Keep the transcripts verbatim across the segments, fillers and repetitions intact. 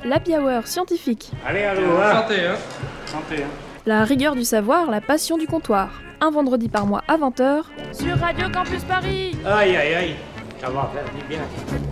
l'Happy Hour scientifique. Allez, allô, hein. Santé, hein. Santé, hein. La rigueur du savoir, la passion du comptoir. Un vendredi par mois à vingt heures sur Radio Campus Paris. Aïe, aïe, aïe, ça va faire du bien.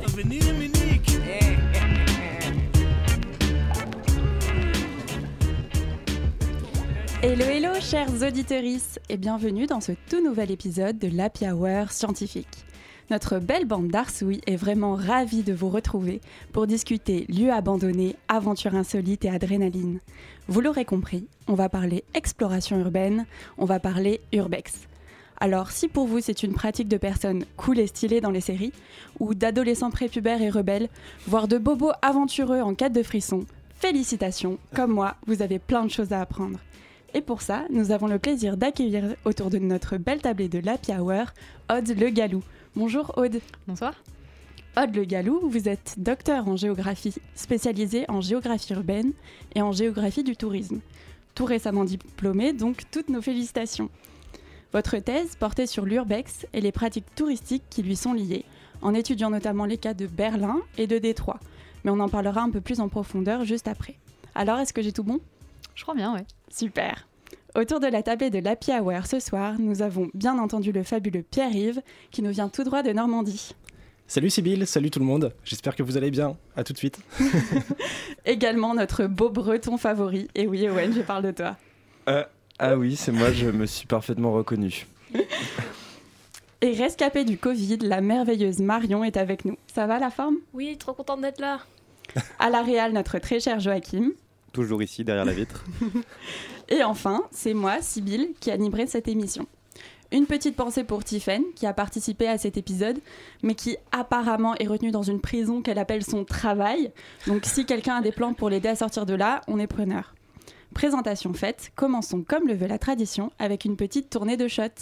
Hello, hello, chers auditrices, et bienvenue dans ce tout nouvel épisode de l'Happy Hour scientifique. Notre belle bande d'arsouilles est vraiment ravie de vous retrouver pour discuter lieux abandonnés, aventures insolites et adrénaline. Vous l'aurez compris, on va parler exploration urbaine, on va parler urbex. Alors si pour vous c'est une pratique de personnes cool et stylées dans les séries, ou d'adolescents prépubères et rebelles, voire de bobos aventureux en quête de frissons, félicitations, comme moi, vous avez plein de choses à apprendre. Et pour ça, nous avons le plaisir d'accueillir autour de notre belle tablée de l'Happy Hour, Aude Le Gallou. Bonjour Aude. Bonsoir. Aude Le Gallou, vous êtes docteur en géographie, spécialisée en géographie urbaine et en géographie du tourisme. Tout récemment diplômée, donc toutes nos félicitations. Votre thèse portait sur l'urbex et les pratiques touristiques qui lui sont liées, en étudiant notamment les cas de Berlin et de Détroit. Mais on en parlera un peu plus en profondeur juste après. Alors, est-ce que j'ai tout bon ? Je crois bien, ouais. Super. Autour de la tablée de l'Happy Hour ce soir, nous avons bien entendu le fabuleux Pierre-Yves, qui nous vient tout droit de Normandie. Salut Sybille, salut tout le monde, j'espère que vous allez bien, à tout de suite. Également notre beau breton favori, et oui Owen, je parle de toi. Euh, ah oui, c'est moi, je me suis parfaitement reconnu. Et rescapée du Covid, la merveilleuse Marion est avec nous. Ça va la forme ? Oui, trop contente d'être là. À la réal, notre très cher Joachim. Toujours ici, derrière la vitre. Et enfin, c'est moi, Sybille, qui animerai cette émission. Une petite pensée pour Tiffen, qui a participé à cet épisode, mais qui apparemment est retenue dans une prison qu'elle appelle son travail. Donc si quelqu'un a des plans pour l'aider à sortir de là, on est preneur. Présentation faite, commençons comme le veut la tradition, avec une petite tournée de shots.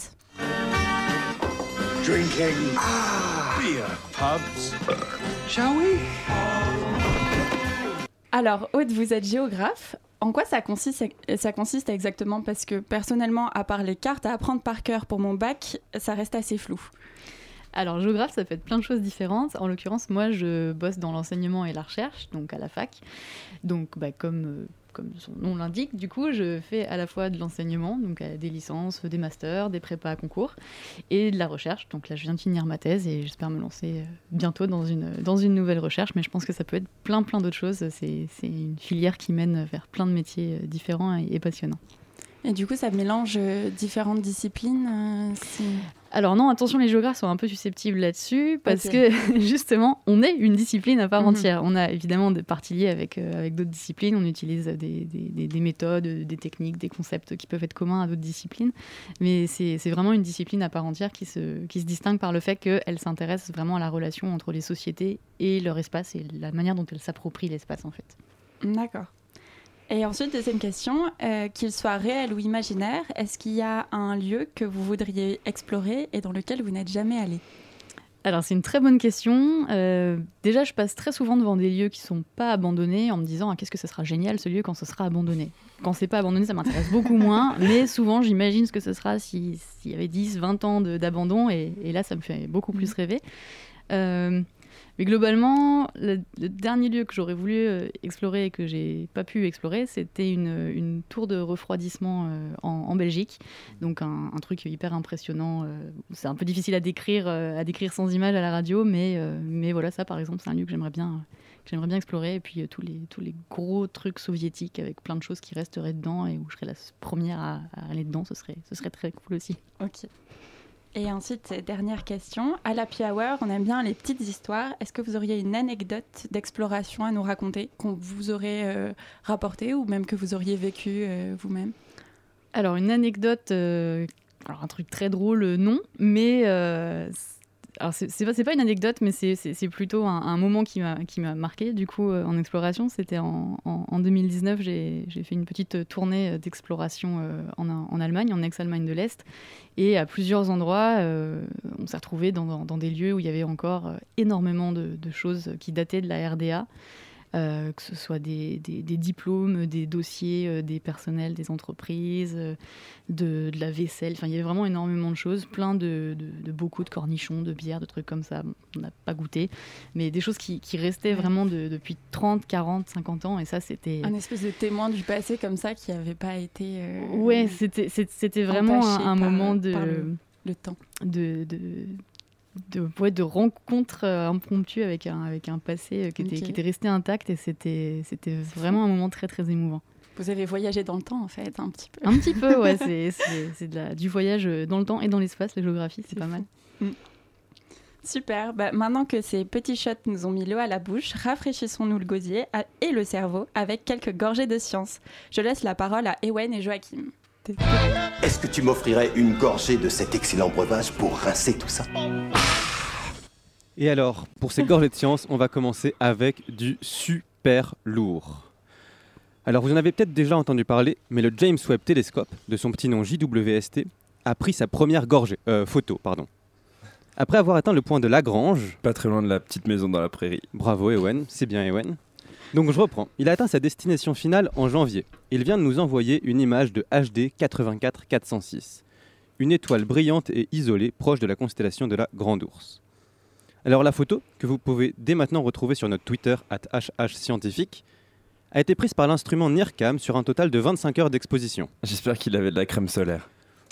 Drinking. Ah. Beer. Pubs. Shall we? Alors, Aude, vous êtes géographe. En quoi ça consiste, ça consiste exactement ? Parce que personnellement, à part les cartes à apprendre par cœur pour mon bac, ça reste assez flou. Alors, géographe, ça peut être plein de choses différentes. En l'occurrence, moi, je bosse dans l'enseignement et la recherche, donc à la fac. Donc, bah, comme, euh, comme son nom l'indique, du coup, je fais à la fois de l'enseignement, donc euh, des licences, des masters, des prépas à concours, et de la recherche. Donc là, je viens de finir ma thèse et j'espère me lancer euh, bientôt dans une, dans une nouvelle recherche. Mais je pense que ça peut être plein, plein d'autres choses. C'est, c'est une filière qui mène vers plein de métiers euh, différents et, et passionnants. Et du coup, ça mélange euh, différentes disciplines euh, si... Alors non, attention, les géographes sont un peu susceptibles là-dessus, parce okay. que justement, on est une discipline à part mm-hmm. entière. On a évidemment des parties liées avec, euh, avec d'autres disciplines, on utilise des, des, des, des méthodes, des techniques, des concepts qui peuvent être communs à d'autres disciplines, mais c'est, c'est vraiment une discipline à part entière qui se, qui se distingue par le fait qu'elle s'intéresse vraiment à la relation entre les sociétés et leur espace, et la manière dont elles s'approprient l'espace en fait. D'accord. Et ensuite, deuxième question, euh, qu'il soit réel ou imaginaire, est-ce qu'il y a un lieu que vous voudriez explorer et dans lequel vous n'êtes jamais allé ? Alors, c'est une très bonne question. Euh, déjà, je passe très souvent devant des lieux qui ne sont pas abandonnés en me disant ah, « qu'est-ce que ce sera génial ce lieu quand ce sera abandonné ?» Quand ce n'est pas abandonné, ça m'intéresse beaucoup moins, mais souvent, j'imagine ce que ce sera si, s'il y avait dix, vingt ans de, d'abandon, et, et là, ça me fait beaucoup plus rêver. Euh, Mais globalement, le, le dernier lieu que j'aurais voulu euh, explorer et que j'ai pas pu explorer, c'était une, une tour de refroidissement euh, en, en Belgique. Donc un, un truc hyper impressionnant. Euh, c'est un peu difficile à décrire, euh, à décrire sans image à la radio, mais, euh, mais voilà, ça par exemple, c'est un lieu que j'aimerais bien, que j'aimerais bien explorer. Et puis euh, tous, les, tous les gros trucs soviétiques avec plein de choses qui resteraient dedans et où je serais la première à, à aller dedans, ce serait, ce serait très cool aussi. Ok. Et ensuite, dernière question. À l'Happy Hour, on aime bien les petites histoires. Est-ce que vous auriez une anecdote d'exploration à nous raconter, qu'on vous aurait euh, rapportée ou même que vous auriez vécu euh, vous-même ? Alors, une anecdote, euh, alors un truc très drôle, euh, non, mais euh, alors c'est, c'est, pas, c'est pas une anecdote, mais c'est, c'est, c'est plutôt un, un moment qui m'a, qui m'a marqué, du coup, euh, en exploration. C'était en, en, en deux mille dix-neuf, j'ai, j'ai fait une petite tournée d'exploration euh, en, en Allemagne, en ex-Allemagne de l'Est. Et à plusieurs endroits, euh, on s'est retrouvés dans, dans, dans des lieux où il y avait encore euh, énormément de, de choses qui dataient de la R D A. euh, que ce soit des, des, des diplômes, des dossiers, euh, des personnels, des entreprises, euh, de, de la vaisselle. Enfin, il y avait vraiment énormément de choses, plein de, de, de bocaux, de cornichons, de bières, de trucs comme ça. Bon, on n'a pas goûté, mais des choses qui, qui restaient vraiment de, depuis trente, quarante, cinquante ans. Et ça, c'était... Un espèce de témoin du passé comme ça qui n'avait pas été... Euh, ouais, c'était, c'était vraiment un, un par, moment de... Par le, le temps. De... de De, ouais, de rencontres euh, impromptues avec un, avec un passé euh, qui, était, okay. qui était resté intact et c'était, c'était vraiment un moment très très émouvant. Vous avez voyagé dans le temps en fait, un petit peu. Un petit peu, ouais, c'est, c'est, c'est de la, du voyage dans le temps et dans l'espace, la géographie, c'est, c'est pas fou. mal. Mmh. Super, bah, maintenant que ces petits shots nous ont mis l'eau à la bouche, rafraîchissons-nous le gosier et le cerveau avec quelques gorgées de science. Je laisse la parole à Ewen et Joachim. Est-ce que tu m'offrirais une gorgée de cet excellent breuvage pour rincer tout ça ? Et alors, pour ces gorgées de science, on va commencer avec du super lourd. Alors, vous en avez peut-être déjà entendu parler, mais le James Webb Telescope, de son petit nom J W S T, a pris sa première gorgée, euh, photo, pardon. Après avoir atteint le point de Lagrange... Pas très loin de la petite maison dans la prairie. Bravo Ewen, c'est bien Ewen. Donc je reprends. Il a atteint sa destination finale en janvier. Il vient de nous envoyer une image de H D quatre-vingt-quatre quatre cent six, une étoile brillante et isolée proche de la constellation de la Grande Ourse. Alors la photo, que vous pouvez dès maintenant retrouver sur notre Twitter arobase H H scientifique, a été prise par l'instrument NIRCam sur un total de vingt-cinq heures d'exposition. J'espère qu'il avait de la crème solaire.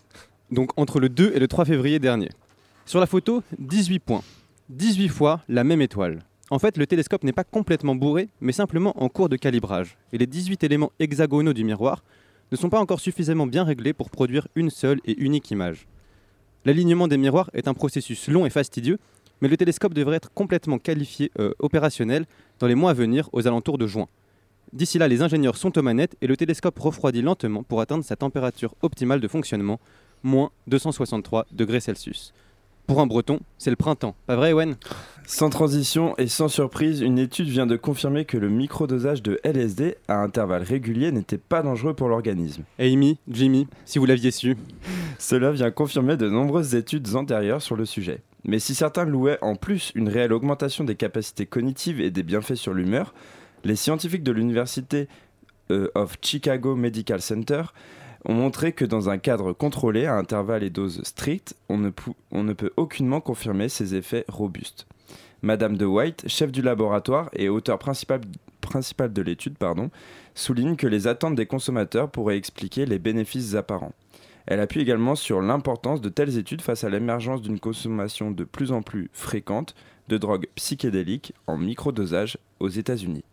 Donc entre le deux et le trois février dernier. Sur la photo, dix-huit points. dix-huit fois la même étoile. En fait, le télescope n'est pas complètement bourré, mais simplement en cours de calibrage. Et les dix-huit éléments hexagonaux du miroir ne sont pas encore suffisamment bien réglés pour produire une seule et unique image. L'alignement des miroirs est un processus long et fastidieux, mais le télescope devrait être complètement qualifié euh, opérationnel dans les mois à venir, aux alentours de juin. D'ici là, les ingénieurs sont aux manettes et le télescope refroidit lentement pour atteindre sa température optimale de fonctionnement, moins deux cent soixante-trois degrés Celsius. Pour un breton, c'est le printemps, pas vrai Ewen ? Sans transition et sans surprise, une étude vient de confirmer que le microdosage de L S D à intervalles réguliers n'était pas dangereux pour l'organisme. Amy, Jimmy, si vous l'aviez su. Cela vient confirmer de nombreuses études antérieures sur le sujet. Mais si certains louaient en plus une réelle augmentation des capacités cognitives et des bienfaits sur l'humeur, les scientifiques de l'Université euh, of Chicago Medical Center ont montré que dans un cadre contrôlé, à intervalles et doses strictes, on ne, pou- on ne peut aucunement confirmer ces effets robustes. Madame de White, chef du laboratoire et auteur principal, principal de l'étude, pardon, souligne que les attentes des consommateurs pourraient expliquer les bénéfices apparents. Elle appuie également sur l'importance de telles études face à l'émergence d'une consommation de plus en plus fréquente de drogues psychédéliques en microdosage aux États-Unis.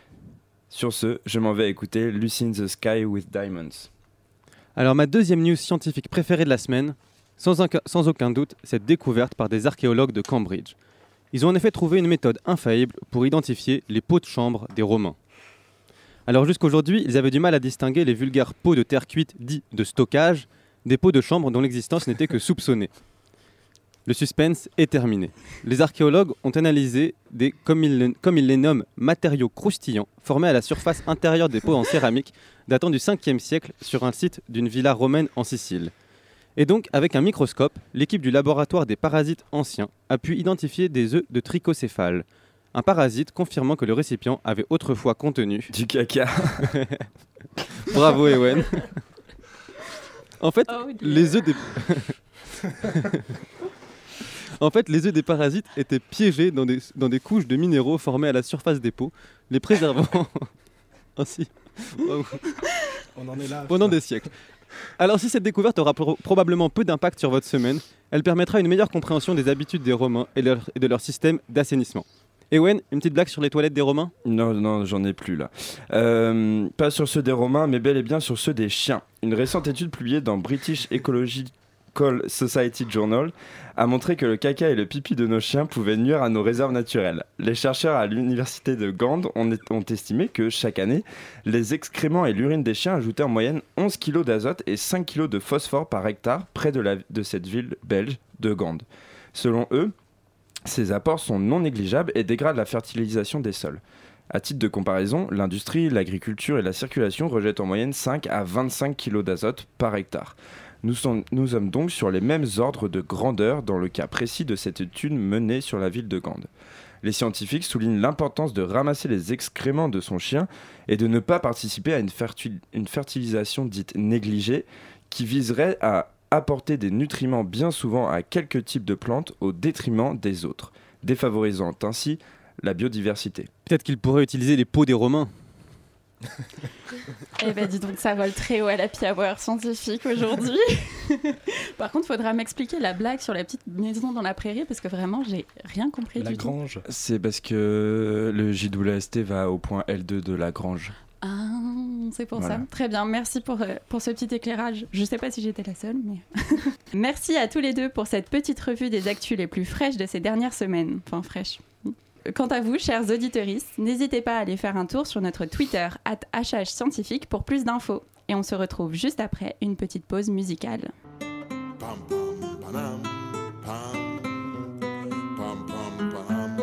Sur ce, je m'en vais écouter Lucy in the Sky with Diamonds. Alors ma deuxième news scientifique préférée de la semaine, sans, un, sans aucun doute, cette découverte par des archéologues de Cambridge. Ils ont en effet trouvé une méthode infaillible pour identifier les pots de chambre des Romains. Alors jusqu'aujourd'hui, ils avaient du mal à distinguer les vulgaires pots de terre cuite dits de stockage des pots de chambre dont l'existence n'était que soupçonnée. Le suspense est terminé. Les archéologues ont analysé des, comme ils, comme ils les nomment, matériaux croustillants formés à la surface intérieure des pots en céramique datant du cinquième siècle sur un site d'une villa romaine en Sicile. Et donc, avec un microscope, l'équipe du laboratoire des parasites anciens a pu identifier des œufs de trichocéphale, un parasite confirmant que le récipient avait autrefois contenu... Du caca. Bravo Ewen. En fait, Oh, les œufs des... En fait, les œufs des parasites étaient piégés dans des, dans des couches de minéraux formés à la surface des pots, les préservant ainsi wow. On en est là. pendant des siècles. Alors si cette découverte aura pro- probablement peu d'impact sur votre semaine, elle permettra une meilleure compréhension des habitudes des Romains et, leur, et de leur système d'assainissement. Ewen, une petite blague sur les toilettes des Romains ? Non, non, j'en ai plus là. Euh, pas sur ceux des Romains, mais bel et bien sur ceux des chiens. Une récente étude publiée dans British Ecological Society Journal a montré que le caca et le pipi de nos chiens pouvaient nuire à nos réserves naturelles. Les chercheurs à l'université de Gand ont, ont estimé que chaque année, les excréments et l'urine des chiens ajoutaient en moyenne onze kilos d'azote et cinq kilos de phosphore par hectare près de, la, de cette ville belge de Gand. Selon eux, ces apports sont non négligeables et dégradent la fertilisation des sols. À titre de comparaison, l'industrie, l'agriculture et la circulation rejettent en moyenne cinq à vingt-cinq kilos d'azote par hectare. Nous, sont, nous sommes donc sur les mêmes ordres de grandeur dans le cas précis de cette étude menée sur la ville de Gand. Les scientifiques soulignent l'importance de ramasser les excréments de son chien et de ne pas participer à une, fertil- une fertilisation dite négligée qui viserait à apporter des nutriments bien souvent à quelques types de plantes au détriment des autres, défavorisant ainsi la biodiversité. Peut-être qu'il pourrait utiliser les peaux des Romains. Eh ben dis donc, ça vole très haut à la Hour scientifique aujourd'hui. Par contre, faudra m'expliquer la blague sur la petite maison dans la prairie parce que vraiment, j'ai rien compris La du tout. grange. C'est parce que le J W S T va au point L deux de la grange. Ah, c'est pour Voilà. ça. Très bien, merci pour, euh, pour ce petit éclairage. Je sais pas si j'étais la seule, mais... Merci à tous les deux pour cette petite revue des actus les plus fraîches de ces dernières semaines. Enfin, fraîches. Quant à vous, chers auditeuristes, n'hésitez pas à aller faire un tour sur notre Twitter arobase H H scientifique pour plus d'infos. Et on se retrouve juste après une petite pause musicale. Pam, pam, panam, pam. Pam, pam, panam.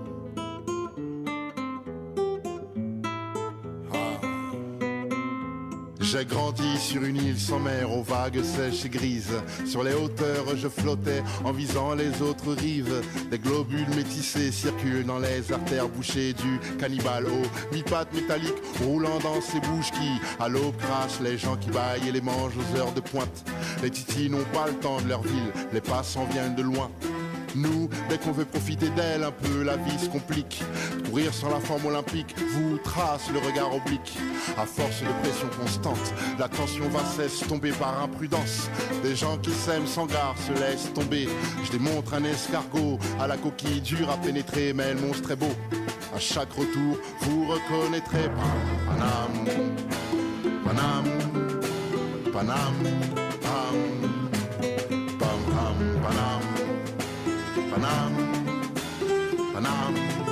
Ah. J'ai grandi sur une île sans mer, aux vagues sèches et grises. Sur les hauteurs, je flottais en visant les autres rives. Des globules métissés circulent dans les artères bouchées du cannibale aux mi-pattes métalliques roulant dans ses bouches qui, à l'aube, crachent les gens qui baillent et les mangent aux heures de pointe. Les titis n'ont pas le temps de leur ville, les passants viennent de loin. Nous, dès qu'on veut profiter d'elle, un peu la vie se complique. Courir sans la forme olympique vous trace le regard oblique. À force de pression constante, la tension va s'estomper par imprudence. Des gens qui s'aiment sans gare se laissent tomber. Je démontre un escargot à la coquille dure à pénétrer, mais le monstre est beau. À chaque retour, vous reconnaîtrez Panam, Panam, Panam, Pam, Pam, Pam, Panam. Panam, Panam.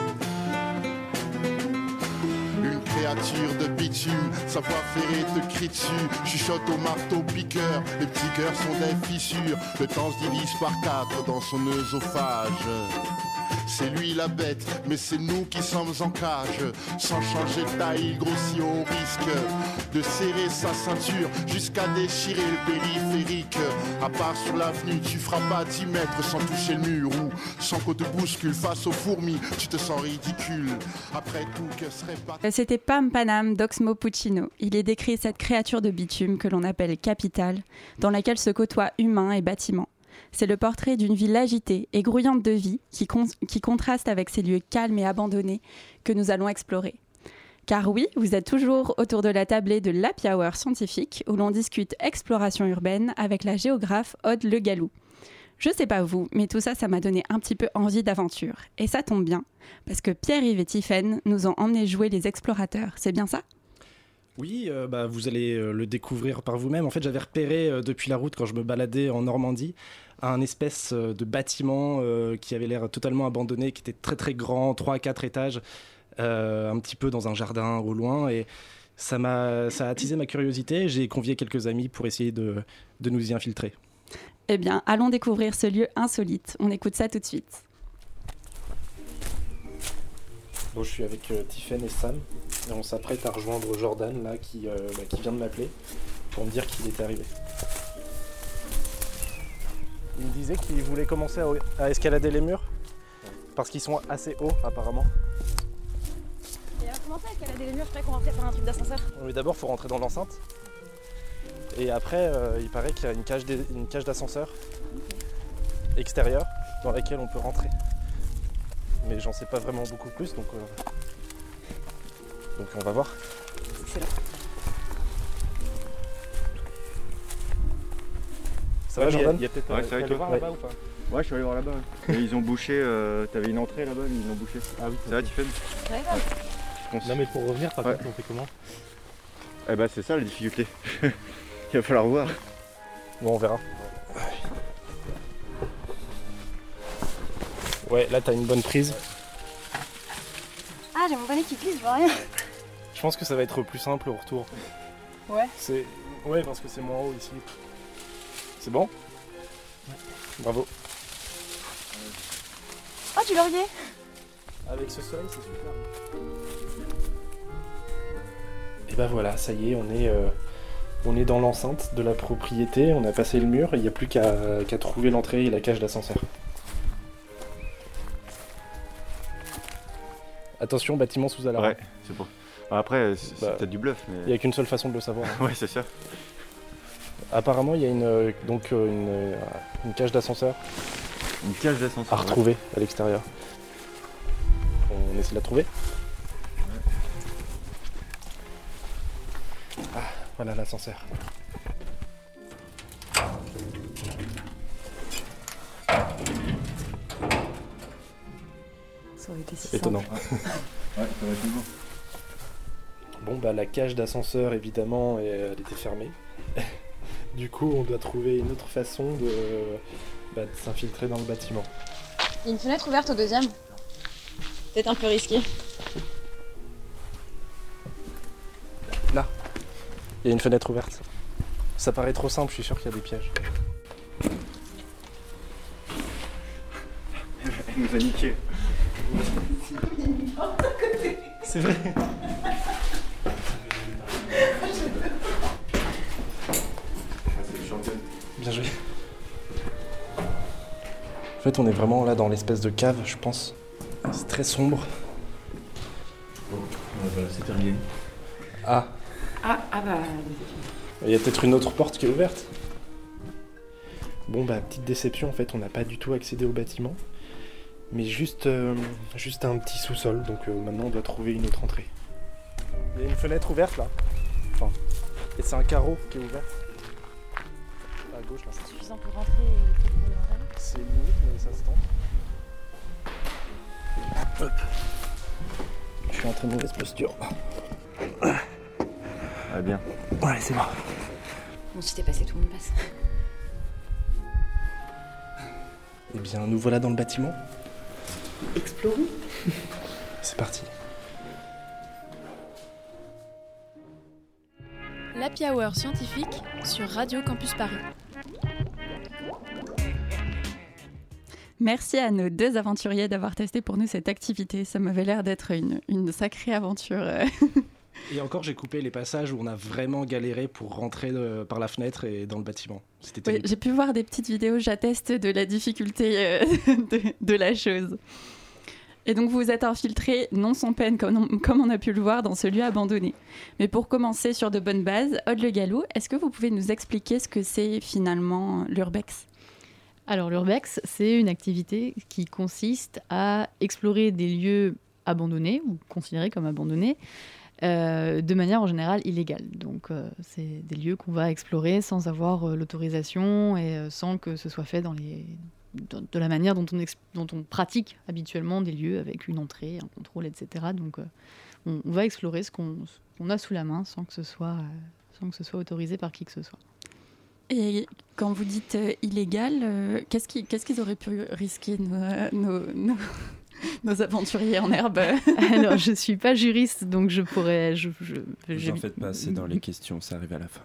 Une créature de bitume, sa voix ferrée te crie dessus. Chuchote au marteau piqueur, les petits cœurs sont des fissures. Le temps se divise par quatre dans son œsophage. C'est lui la bête, mais c'est nous qui sommes en cage. Sans changer de taille, il grossit au risque de serrer sa ceinture jusqu'à déchirer le périphérique. À part sur l'avenue, tu feras pas dix mètres sans toucher le mur. Ou sans qu'on te bouscule face aux fourmis, tu te sens ridicule. Après tout, que serait pas... C'était Pam Panam d'Oxmo Puccino. Il y décrit cette créature de bitume que l'on appelle capitale, dans laquelle se côtoient humains et bâtiments. C'est le portrait d'une ville agitée et grouillante de vie qui, con- qui contraste avec ces lieux calmes et abandonnés que nous allons explorer. Car oui, vous êtes toujours autour de la tablée de l'Happy Hour scientifique où l'on discute exploration urbaine avec la géographe Aude Le Gallou. Je sais pas vous, mais tout ça, ça m'a donné un petit peu envie d'aventure. Et ça tombe bien, parce que Pierre-Yves et Tiffaine nous ont emmenés jouer les explorateurs. C'est bien ça ? Oui, euh, bah, vous allez euh, le découvrir par vous-même. En fait, j'avais repéré euh, depuis la route, quand je me baladais en Normandie, un espèce euh, de bâtiment euh, qui avait l'air totalement abandonné, qui était très très grand, trois à quatre étages, euh, un petit peu dans un jardin au loin. Et ça m'a, ça a attisé ma curiosité. J'ai convié quelques amis pour essayer de, de nous y infiltrer. Eh bien, allons découvrir ce lieu insolite. On écoute ça tout de suite. Bon, je suis avec euh, Tiffaine et Sam, et on s'apprête à rejoindre Jordan, là, qui, euh, bah, qui vient de m'appeler, pour me dire qu'il était arrivé. Il me disait qu'il voulait commencer à, à escalader les murs, parce qu'ils sont assez hauts, apparemment. Et alors, comment ça, escalader les murs, je croyais qu'on rentrait par un truc d'ascenseur. Mais d'abord, il faut rentrer dans l'enceinte, et après, euh, il paraît qu'il y a une cage, d'é- une cage d'ascenseur extérieure, dans laquelle on peut rentrer. Mais j'en sais pas vraiment beaucoup plus, donc, euh... donc on va voir. Excellent. Ça va, Jordan? Il y a peut-être Ouais, ça va, allé toi voir Ouais. là-bas ou pas? Ouais, je suis allé voir là-bas. Ouais. Et ils ont bouché, euh, t'avais une entrée là-bas, mais ils l'ont bouché. Ah oui, Ça va, Tiffen? Ouais, Ouais. Non mais pour revenir, par Ouais. contre, on fait comment? Eh bah c'est ça la difficulté. Il va falloir voir. Bon, on verra. Ouais, là t'as une bonne prise. Ah, j'ai mon bonnet qui glisse, je vois rien. Je pense que ça va être plus simple au retour. Ouais. C'est... Ouais, parce que c'est moins haut ici. C'est bon? Bravo. Oh, du laurier. Avec ce soleil, c'est super. Et bah voilà, ça y est, on est, euh, on est dans l'enceinte de la propriété, on a passé le mur, il n'y a plus qu'à, qu'à trouver l'entrée et la cage d'ascenseur. Attention, bâtiment sous alarme. Ouais, c'est bon. Après, c'est, Bah, c'est peut-être du bluff, mais... Il n'y a qu'une seule façon de le savoir. Ouais, c'est ça. Apparemment, il y a une, euh, donc, euh, une, euh, une cage d'ascenseur Une cage d'ascenseur. à retrouver à l'extérieur. On essaie de la trouver. Ah, voilà l'ascenseur. Ça aurait été si Étonnant. Ouais, ça va être bon. Bon, bah la cage d'ascenseur, évidemment, elle était fermée. Du coup, on doit trouver une autre façon de, bah, de s'infiltrer dans le bâtiment. Il y a une fenêtre ouverte au deuxième. Peut-être un peu risqué. Là, il y a une fenêtre ouverte. Ça paraît trop simple, je suis sûr qu'il y a des pièges. Elle nous a niqué. C'est vrai. Bien joué. En fait, on est vraiment là dans l'espèce de cave, je pense. C'est très sombre. Bon, voilà, c'est terminé. Ah, Ah, ah bah. il y a peut-être une autre porte qui est ouverte. Bon, bah, petite déception, en fait, on n'a pas du tout accédé au bâtiment. Mais juste, euh, juste un petit sous-sol, donc euh, maintenant on doit trouver une autre entrée. Il y a une fenêtre ouverte là. Enfin, et c'est un carreau qui est ouvert. À gauche là. C'est suffisant pour rentrer et trouver le bordel. C'est limite, mais ça se tente. Hop. Je suis en très mauvaise posture. Ah bien. Ouais, c'est bon. Bon, si t'es passé, tout le monde passe. Eh bien, nous voilà dans le bâtiment. Explorons. C'est parti. L'Happy Hour scientifique sur Radio Campus Paris. Merci à nos deux aventuriers d'avoir testé pour nous cette activité. Ça m'avait l'air d'être une, une sacrée aventure. Et encore, j'ai coupé les passages où on a vraiment galéré pour rentrer de- par la fenêtre et dans le bâtiment. C'était Oui, terrible. j'ai pu voir des petites vidéos, j'atteste de la difficulté euh, de, de la chose. Et donc vous vous êtes infiltré, non sans peine, comme on, comme on a pu le voir, dans ce lieu abandonné. Mais pour commencer sur de bonnes bases, Aude Le Gallou, est-ce que vous pouvez nous expliquer ce que c'est finalement l'urbex ? Alors l'urbex, c'est une activité qui consiste à explorer des lieux abandonnés ou considérés comme abandonnés euh, de manière en général illégale. Donc euh, c'est des lieux qu'on va explorer sans avoir euh, l'autorisation et euh, sans que ce soit fait dans les, de, de la manière dont on, ex- dont on pratique habituellement des lieux avec une entrée, un contrôle, et cetera. Donc euh, on, on va explorer ce qu'on, ce qu'on a sous la main sans que ce soit, euh, sans que ce soit autorisé par qui que ce soit. Et quand vous dites euh, illégal, euh, qu'est-ce, qui, qu'est-ce qu'ils auraient pu risquer nos, nos, nos, nos aventuriers en herbe ? Alors, je suis pas juriste, donc je pourrais... Je, je, Vous je- en faites pas, c'est dans les questions, ça arrive à la fin.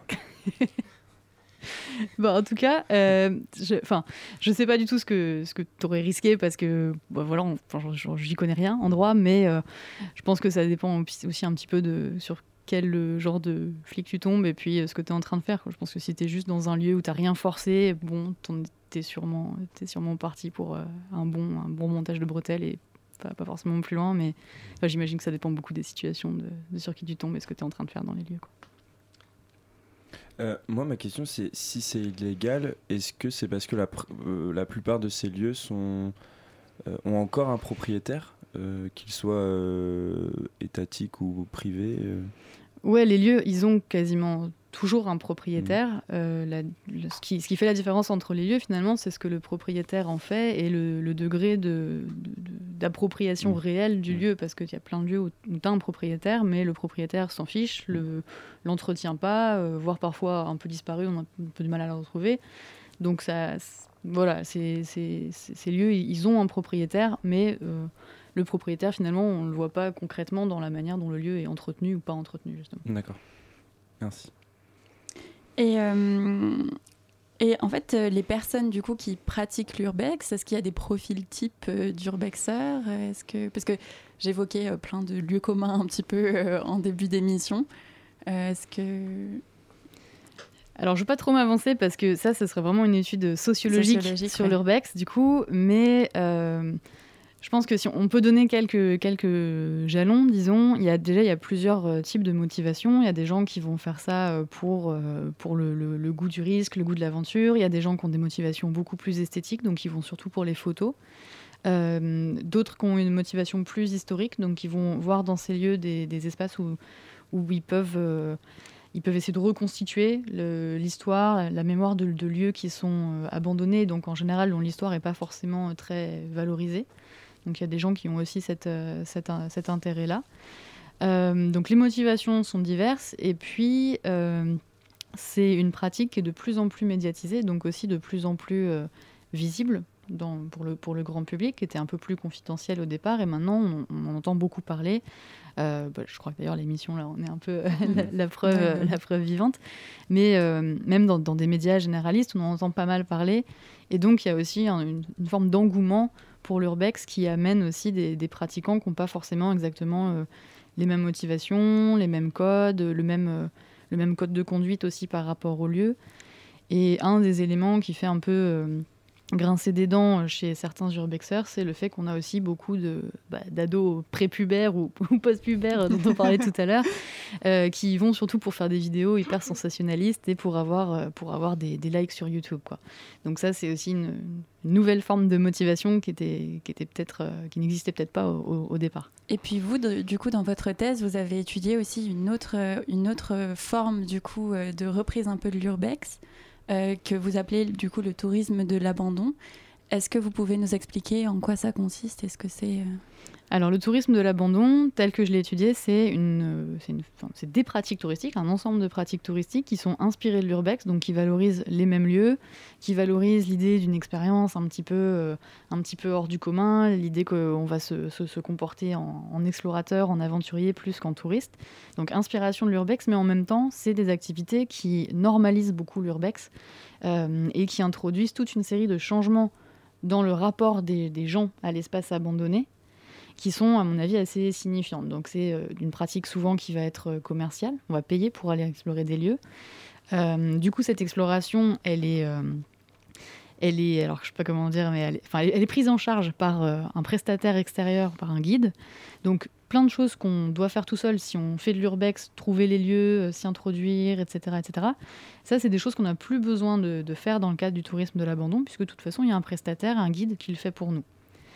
Bon, en tout cas, euh, je, enfin, je sais pas du tout ce que, ce que tu aurais risqué parce que, bah, voilà, on- enfin, je- je- j'y connais rien en droit, mais euh, je pense que ça dépend aussi un petit peu de sur quel euh, genre de flic tu tombes et puis euh, ce que tu es en train de faire, quoi. Je pense que si tu es juste dans un lieu où tu rien forcé, bon, tu es sûrement, t'es sûrement parti pour euh, un, bon, un bon montage de bretelles et pas, pas forcément plus loin, mais enfin, j'imagine que ça dépend beaucoup des situations, de, de sur qui tu tombes et ce que tu es en train de faire dans les lieux, quoi. Euh, moi, ma question, c'est si c'est illégal, est-ce que c'est parce que la, pr- euh, la plupart de ces lieux sont, euh, ont encore un propriétaire, euh, qu'il soit euh, étatique ou privé euh Ouais, les lieux, ils ont quasiment toujours un propriétaire. Euh, la- le- ce, qui, ce qui fait la différence entre les lieux, finalement, c'est ce que le propriétaire en fait et le, le degré de, de- de- d'appropriation Mmh. réelle du Mmh. lieu. Parce qu'il y a plein de lieux où, où tu as un propriétaire, mais le propriétaire s'en fiche, le, l'entretient pas, euh, voire parfois un peu disparu, on a un peu du mal à le retrouver. Donc, ça, c'est- voilà, c'est, c'est- c'est- ces lieux, ils ont un propriétaire, mais euh, le propriétaire, finalement, on ne le voit pas concrètement dans la manière dont le lieu est entretenu ou pas entretenu, justement. D'accord. Merci. Et, euh, et en fait, euh, les personnes du coup qui pratiquent l'urbex, est-ce qu'il y a des profils types euh, d'urbexeurs ? Est-ce que parce que j'évoquais euh, plein de lieux communs un petit peu euh, en début d'émission. Euh, est-ce que Alors, je ne veux pas trop m'avancer parce que ça, ce serait vraiment une étude sociologique, Sociologique, sur ouais. l'urbex, du coup. Mais euh, Je pense que si on peut donner quelques, quelques jalons, disons, il y a déjà il y a plusieurs euh, types de motivations. Il y a des gens qui vont faire ça euh, pour, euh, pour le, le, le goût du risque, le goût de l'aventure. Il y a des gens qui ont des motivations beaucoup plus esthétiques, donc ils vont surtout pour les photos. Euh, d'autres qui ont une motivation plus historique, donc qui vont voir dans ces lieux des, des espaces où, où ils peuvent... Euh, Ils peuvent essayer de reconstituer le, l'histoire, la mémoire de, de lieux qui sont euh, abandonnés, donc en général dont l'histoire n'est pas forcément euh, très valorisée. Donc il y a des gens qui ont aussi cette, euh, cet, cet intérêt-là. Euh, donc les motivations sont diverses, et puis euh, c'est une pratique qui est de plus en plus médiatisée, donc aussi de plus en plus euh, visible dans, pour, le, pour le grand public, qui était un peu plus confidentiel au départ, et maintenant on, on en entend beaucoup parler. Euh, bah, je crois que d'ailleurs l'émission là on est un peu la, la, preuve, euh, la preuve vivante, mais euh, même dans, dans des médias généralistes on en entend pas mal parler, et donc il y a aussi un, une, une forme d'engouement pour l'urbex qui amène aussi des, des pratiquants qui n'ont pas forcément exactement euh, les mêmes motivations, les mêmes codes, le même, euh, le même code de conduite aussi par rapport au lieu. Et un des éléments qui fait un peu euh, grincer des dents chez certains urbexeurs, c'est le fait qu'on a aussi beaucoup de, bah, d'ados prépubères ou, ou post-pubères dont on parlait tout à l'heure, euh, qui y vont surtout pour faire des vidéos hyper sensationnalistes et pour avoir, euh, pour avoir des, des likes sur YouTube, quoi. Donc ça, c'est aussi une, une nouvelle forme de motivation qui, était, qui, était peut-être, euh, qui n'existait peut-être pas au, au, au départ. Et puis vous, de, du coup, dans votre thèse, vous avez étudié aussi une autre, une autre forme du coup, de reprise un peu de l'urbex, Euh, que vous appelez du coup le tourisme de l'abandon. Est-ce que vous pouvez nous expliquer en quoi ça consiste ? Est-ce que c'est... Euh... Alors le tourisme de l'abandon, tel que je l'ai étudié, c'est, une, c'est, une, enfin, c'est des pratiques touristiques, un ensemble de pratiques touristiques qui sont inspirées de l'urbex, donc qui valorisent les mêmes lieux, qui valorisent l'idée d'une expérience un petit peu, euh, un petit peu hors du commun, l'idée qu'on va se, se, se comporter en, en explorateur, en aventurier plus qu'en touriste. Donc inspiration de l'urbex, mais en même temps, c'est des activités qui normalisent beaucoup l'urbex euh, et qui introduisent toute une série de changements dans le rapport des, des gens à l'espace abandonné, qui sont, à mon avis, assez signifiantes. Donc c'est euh, une pratique souvent qui va être commerciale. On va payer pour aller explorer des lieux. Euh, du coup, cette exploration, elle est, euh, elle est, alors je sais pas comment dire, mais elle est, enfin, elle est, elle est prise en charge par euh, un prestataire extérieur, par un guide. Donc plein de choses qu'on doit faire tout seul si on fait de l'urbex, trouver les lieux, euh, s'y introduire, et cetera, et cetera. Ça, c'est des choses qu'on n'a plus besoin de, de faire dans le cadre du tourisme de l'abandon, puisque de toute façon, il y a un prestataire, un guide qui le fait pour nous.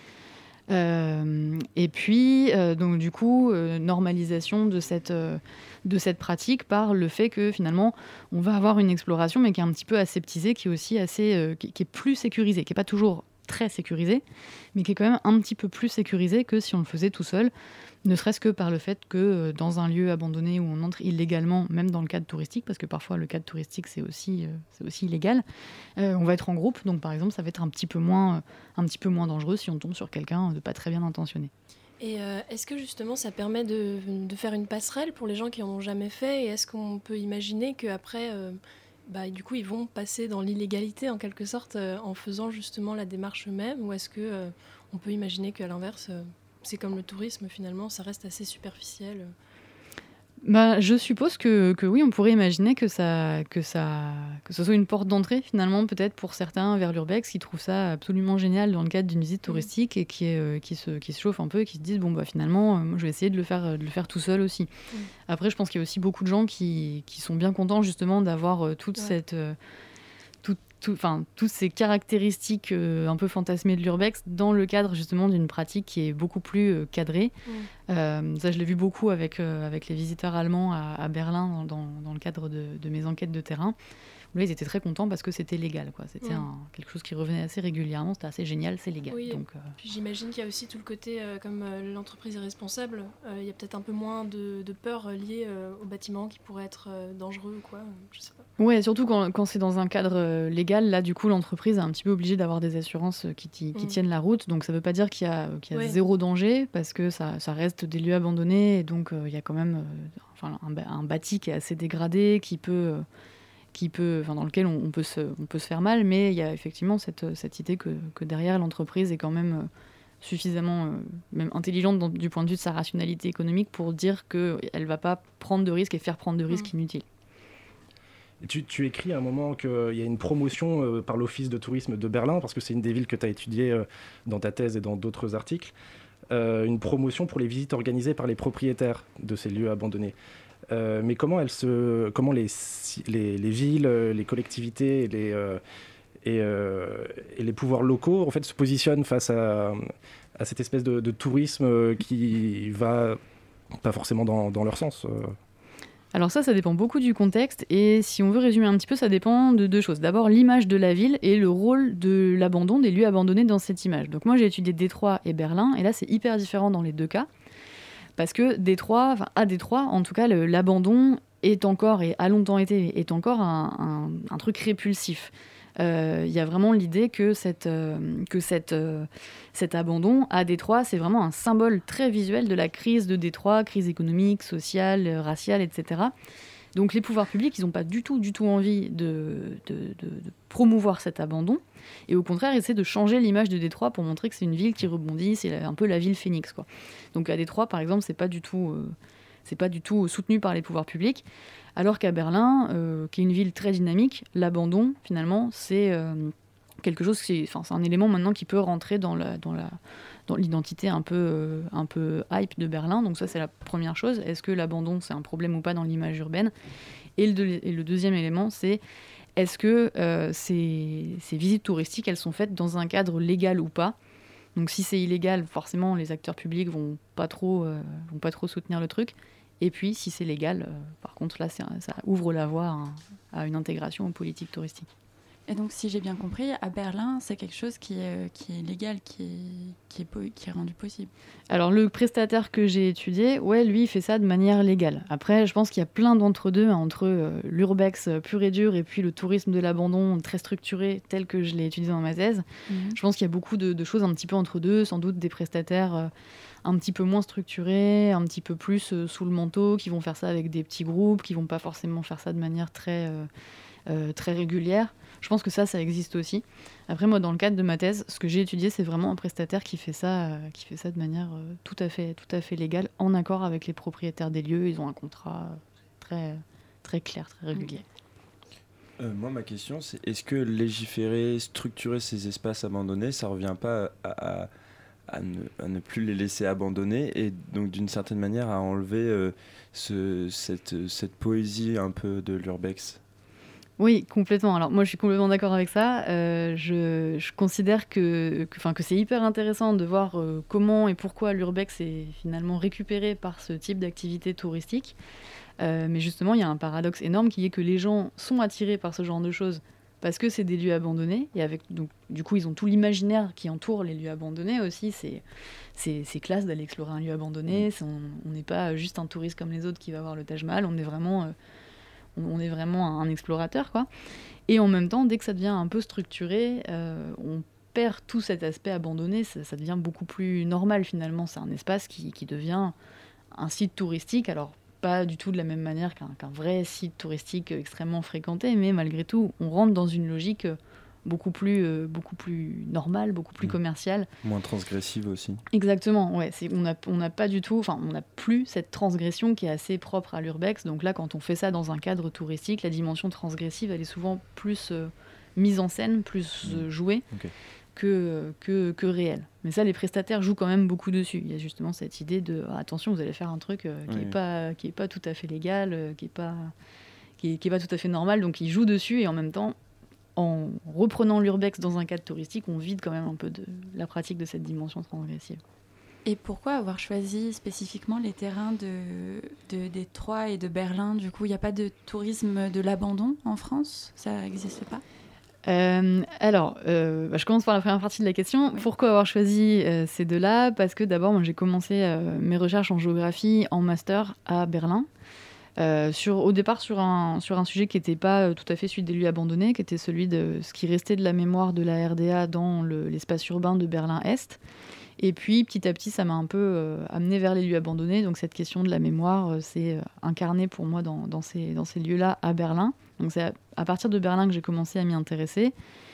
Euh, et puis, euh, donc du coup, euh, normalisation de cette, euh, de cette pratique par le fait que finalement, on va avoir une exploration, mais qui est un petit peu aseptisée, qui est aussi assez, euh, qui, qui est plus sécurisée, qui n'est pas toujours très sécurisée, mais qui est quand même un petit peu plus sécurisée que si on le faisait tout seul, ne serait-ce que par le fait que euh, dans un lieu abandonné où on entre illégalement, même dans le cadre touristique, parce que parfois le cadre touristique c'est aussi, euh, c'est aussi illégal, euh, on va être en groupe, donc par exemple ça va être un petit peu moins, euh, un petit peu moins dangereux si on tombe sur quelqu'un de pas très bien intentionné. Et euh, est-ce que justement ça permet de, de faire une passerelle pour les gens qui n'en ont jamais fait, et est-ce qu'on peut imaginer qu'après, euh, bah, du coup ils vont passer dans l'illégalité en quelque sorte euh, en faisant justement la démarche eux-mêmes, ou est-ce qu'on euh, peut imaginer qu'à l'inverse... Euh, c'est comme le tourisme, finalement, ça reste assez superficiel. Bah, je suppose que, que oui, on pourrait imaginer que, ça, que, ça, que ce soit une porte d'entrée, finalement, peut-être pour certains vers l'urbex, qui trouvent ça absolument génial dans le cadre d'une visite touristique, mmh. et qui, est, euh, qui, se, qui se chauffent un peu et qui se disent, bon, bah, finalement, euh, moi, je vais essayer de le faire, de le faire tout seul aussi. Mmh. Après, je pense qu'il y a aussi beaucoup de gens qui, qui sont bien contents, justement, d'avoir euh, toute ouais. cette... Euh, Enfin, toutes ces caractéristiques euh, un peu fantasmées de l'urbex dans le cadre justement d'une pratique qui est beaucoup plus euh, cadrée. Mmh. Euh, ça, je l'ai vu beaucoup avec, euh, avec les visiteurs allemands à, à Berlin dans, dans le cadre de, de mes enquêtes de terrain. Là, ils étaient très contents parce que c'était légal, quoi. C'était mmh. un, quelque chose qui revenait assez régulièrement. C'était assez génial, c'est légal. Oui, donc, euh... puis j'imagine qu'il y a aussi tout le côté, euh, comme euh, l'entreprise est responsable, euh, il y a peut-être un peu moins de, de peur liée euh, au bâtiment qui pourrait être euh, dangereux ou quoi, je sais pas. Ouais, surtout quand, quand c'est dans un cadre euh, légal, là, du coup, l'entreprise est un petit peu obligée d'avoir des assurances qui, qui mmh. tiennent la route. Donc, ça ne veut pas dire qu'il y a, qu'il y a ouais. zéro danger, parce que ça, ça reste des lieux abandonnés. Et donc, euh, il y a quand même euh, enfin, un, un bâti qui est assez dégradé, qui peut... Euh, qui peut, enfin, dans lequel on, on, peut se, on peut se faire mal, mais il y a effectivement cette, cette idée que, que derrière, l'entreprise est quand même euh, suffisamment euh, même intelligente dans, du point de vue de sa rationalité économique pour dire qu'elle ne va pas prendre de risques et faire prendre de risques mmh. inutiles. Tu, tu écris à un moment qu'il y a une promotion euh, par l'Office de tourisme de Berlin, parce que c'est une des villes que tu as étudiées euh, dans ta thèse et dans d'autres articles, euh, une promotion pour les visites organisées par les propriétaires de ces lieux abandonnés. Euh, mais comment, elles se, comment les, les, les villes, les collectivités et les, euh, et, euh, et les pouvoirs locaux en fait, se positionnent face à, à cette espèce de, de tourisme qui va pas forcément dans, dans leur sens euh. Alors ça, ça dépend beaucoup du contexte, et si on veut résumer un petit peu, ça dépend de deux choses. D'abord, l'image de la ville et le rôle de l'abandon, des lieux abandonnés dans cette image. Donc moi, j'ai étudié Détroit et Berlin, et là, c'est hyper différent dans les deux cas, parce que Détroit, enfin à Détroit, en tout cas, le, l'abandon est encore, et a longtemps été, est encore un, un, un truc répulsif. Il euh, y a vraiment l'idée que, cette, euh, que cette, euh, cet abandon à Détroit, c'est vraiment un symbole très visuel de la crise de Détroit, crise économique, sociale, raciale, et cetera. Donc les pouvoirs publics, ils n'ont pas du tout, du tout envie de, de, de, de promouvoir cet abandon, et au contraire, ils essaient de changer l'image de Détroit pour montrer que c'est une ville qui rebondit, c'est un peu la ville phénix, quoi. Donc à Détroit, par exemple, c'est pas du tout, euh, c'est pas du tout soutenu par les pouvoirs publics. Alors qu'à Berlin, euh, qui est une ville très dynamique, l'abandon, finalement, c'est euh, quelque chose qui, enfin, c'est un élément maintenant qui peut rentrer dans, la, dans, la, dans l'identité un peu, euh, un peu hype de Berlin. Donc ça, c'est la première chose. Est-ce que l'abandon, c'est un problème ou pas dans l'image urbaine ? Et le, et le deuxième élément, c'est est-ce que euh, ces, ces visites touristiques, elles sont faites dans un cadre légal ou pas ? Donc si c'est illégal, forcément, les acteurs publics vont pas trop, euh, vont pas trop soutenir le truc. Et puis, si c'est légal, euh, par contre, là, c'est, ça ouvre la voie à, à une intégration aux politiques touristiques. Et donc, si j'ai bien compris, à Berlin, c'est quelque chose qui est, qui est légal, qui est, qui, est, qui est rendu possible. Alors, le prestataire que j'ai étudié, ouais, lui, il fait ça de manière légale. Après, je pense qu'il y a plein d'entre-deux, hein, entre euh, l'urbex pur et dur et puis le tourisme de l'abandon très structuré, tel que je l'ai étudié dans ma thèse. Mmh. Je pense qu'il y a beaucoup de, de choses un petit peu entre deux, sans doute des prestataires euh, un petit peu moins structurés, un petit peu plus euh, sous le manteau, qui vont faire ça avec des petits groupes, qui vont pas forcément faire ça de manière très, euh, euh, très régulière. Je pense que ça, ça existe aussi. Après, moi, dans le cadre de ma thèse, ce que j'ai étudié, c'est vraiment un prestataire qui fait ça, euh, qui fait ça de manière euh, tout à fait, tout à fait légale, en accord avec les propriétaires des lieux. Ils ont un contrat très, très clair, très régulier. Euh, moi, ma question, c'est est-ce que légiférer, structurer ces espaces abandonnés, ça revient pas à, à, à, ne, à ne plus les laisser abandonnés et donc d'une certaine manière à enlever euh, ce, cette, cette poésie un peu de l'urbex ? Oui, complètement. Alors moi, je suis complètement d'accord avec ça. Euh, je, je considère que, que, que c'est hyper intéressant de voir euh, comment et pourquoi l'urbex est finalement récupéré par ce type d'activité touristique. Euh, mais justement, il y a un paradoxe énorme qui est que les gens sont attirés par ce genre de choses parce que c'est des lieux abandonnés. Et avec, donc, du coup, ils ont tout l'imaginaire qui entoure les lieux abandonnés aussi. C'est, c'est, c'est classe d'aller explorer un lieu abandonné. C'est, on n'est pas juste un touriste comme les autres qui va voir le Taj Mahal. On est vraiment... Euh, on est vraiment un explorateur, quoi. Et en même temps, dès que ça devient un peu structuré, euh, on perd tout cet aspect abandonné, ça, ça devient beaucoup plus normal, finalement. C'est un espace qui, qui devient un site touristique, alors pas du tout de la même manière qu'un, qu'un vrai site touristique extrêmement fréquenté, mais malgré tout, on rentre dans une logique beaucoup plus, euh, beaucoup plus normale, beaucoup plus mmh. commerciale. Moins transgressive aussi. Exactement, ouais. C'est, on n'a on n'a pas du tout, enfin, on n'a plus cette transgression qui est assez propre à l'urbex. Donc là, quand on fait ça dans un cadre touristique, la dimension transgressive, elle est souvent plus euh, mise en scène, plus euh, jouée okay. que, que, que réelle. Mais ça, les prestataires jouent quand même beaucoup dessus. Il y a justement cette idée de ah, attention, vous allez faire un truc euh, qui n'est oui. pas, qui est pas tout à fait légal, euh, qui n'est pas, qui est, qui est pas tout à fait normal. Donc ils jouent dessus et en même temps, en reprenant l'urbex dans un cadre touristique, on vide quand même un peu de la pratique de cette dimension transgressive. Et pourquoi avoir choisi spécifiquement les terrains de, de Détroit et de Berlin ? Du coup, il n'y a pas de tourisme de l'abandon en France ? Ça n'existe pas ? Euh, alors, euh, bah, je commence par la première partie de la question. Oui. Pourquoi avoir choisi euh, ces deux-là ? Parce que d'abord, moi, j'ai commencé euh, mes recherches en géographie en master à Berlin. Euh, sur, au départ sur un, sur un sujet qui n'était pas euh, tout à fait celui des lieux abandonnés, qui était celui de ce qui restait de la mémoire de la R D A dans le, l'espace urbain de Berlin-Est. Et puis, petit à petit, ça m'a un peu euh, amené vers les lieux abandonnés. Donc, cette question de la mémoire euh, s'est euh, incarnée pour moi dans, dans, ces, dans ces lieux-là à Berlin. Donc, c'est à, à partir de Berlin que j'ai commencé à m'y intéresser.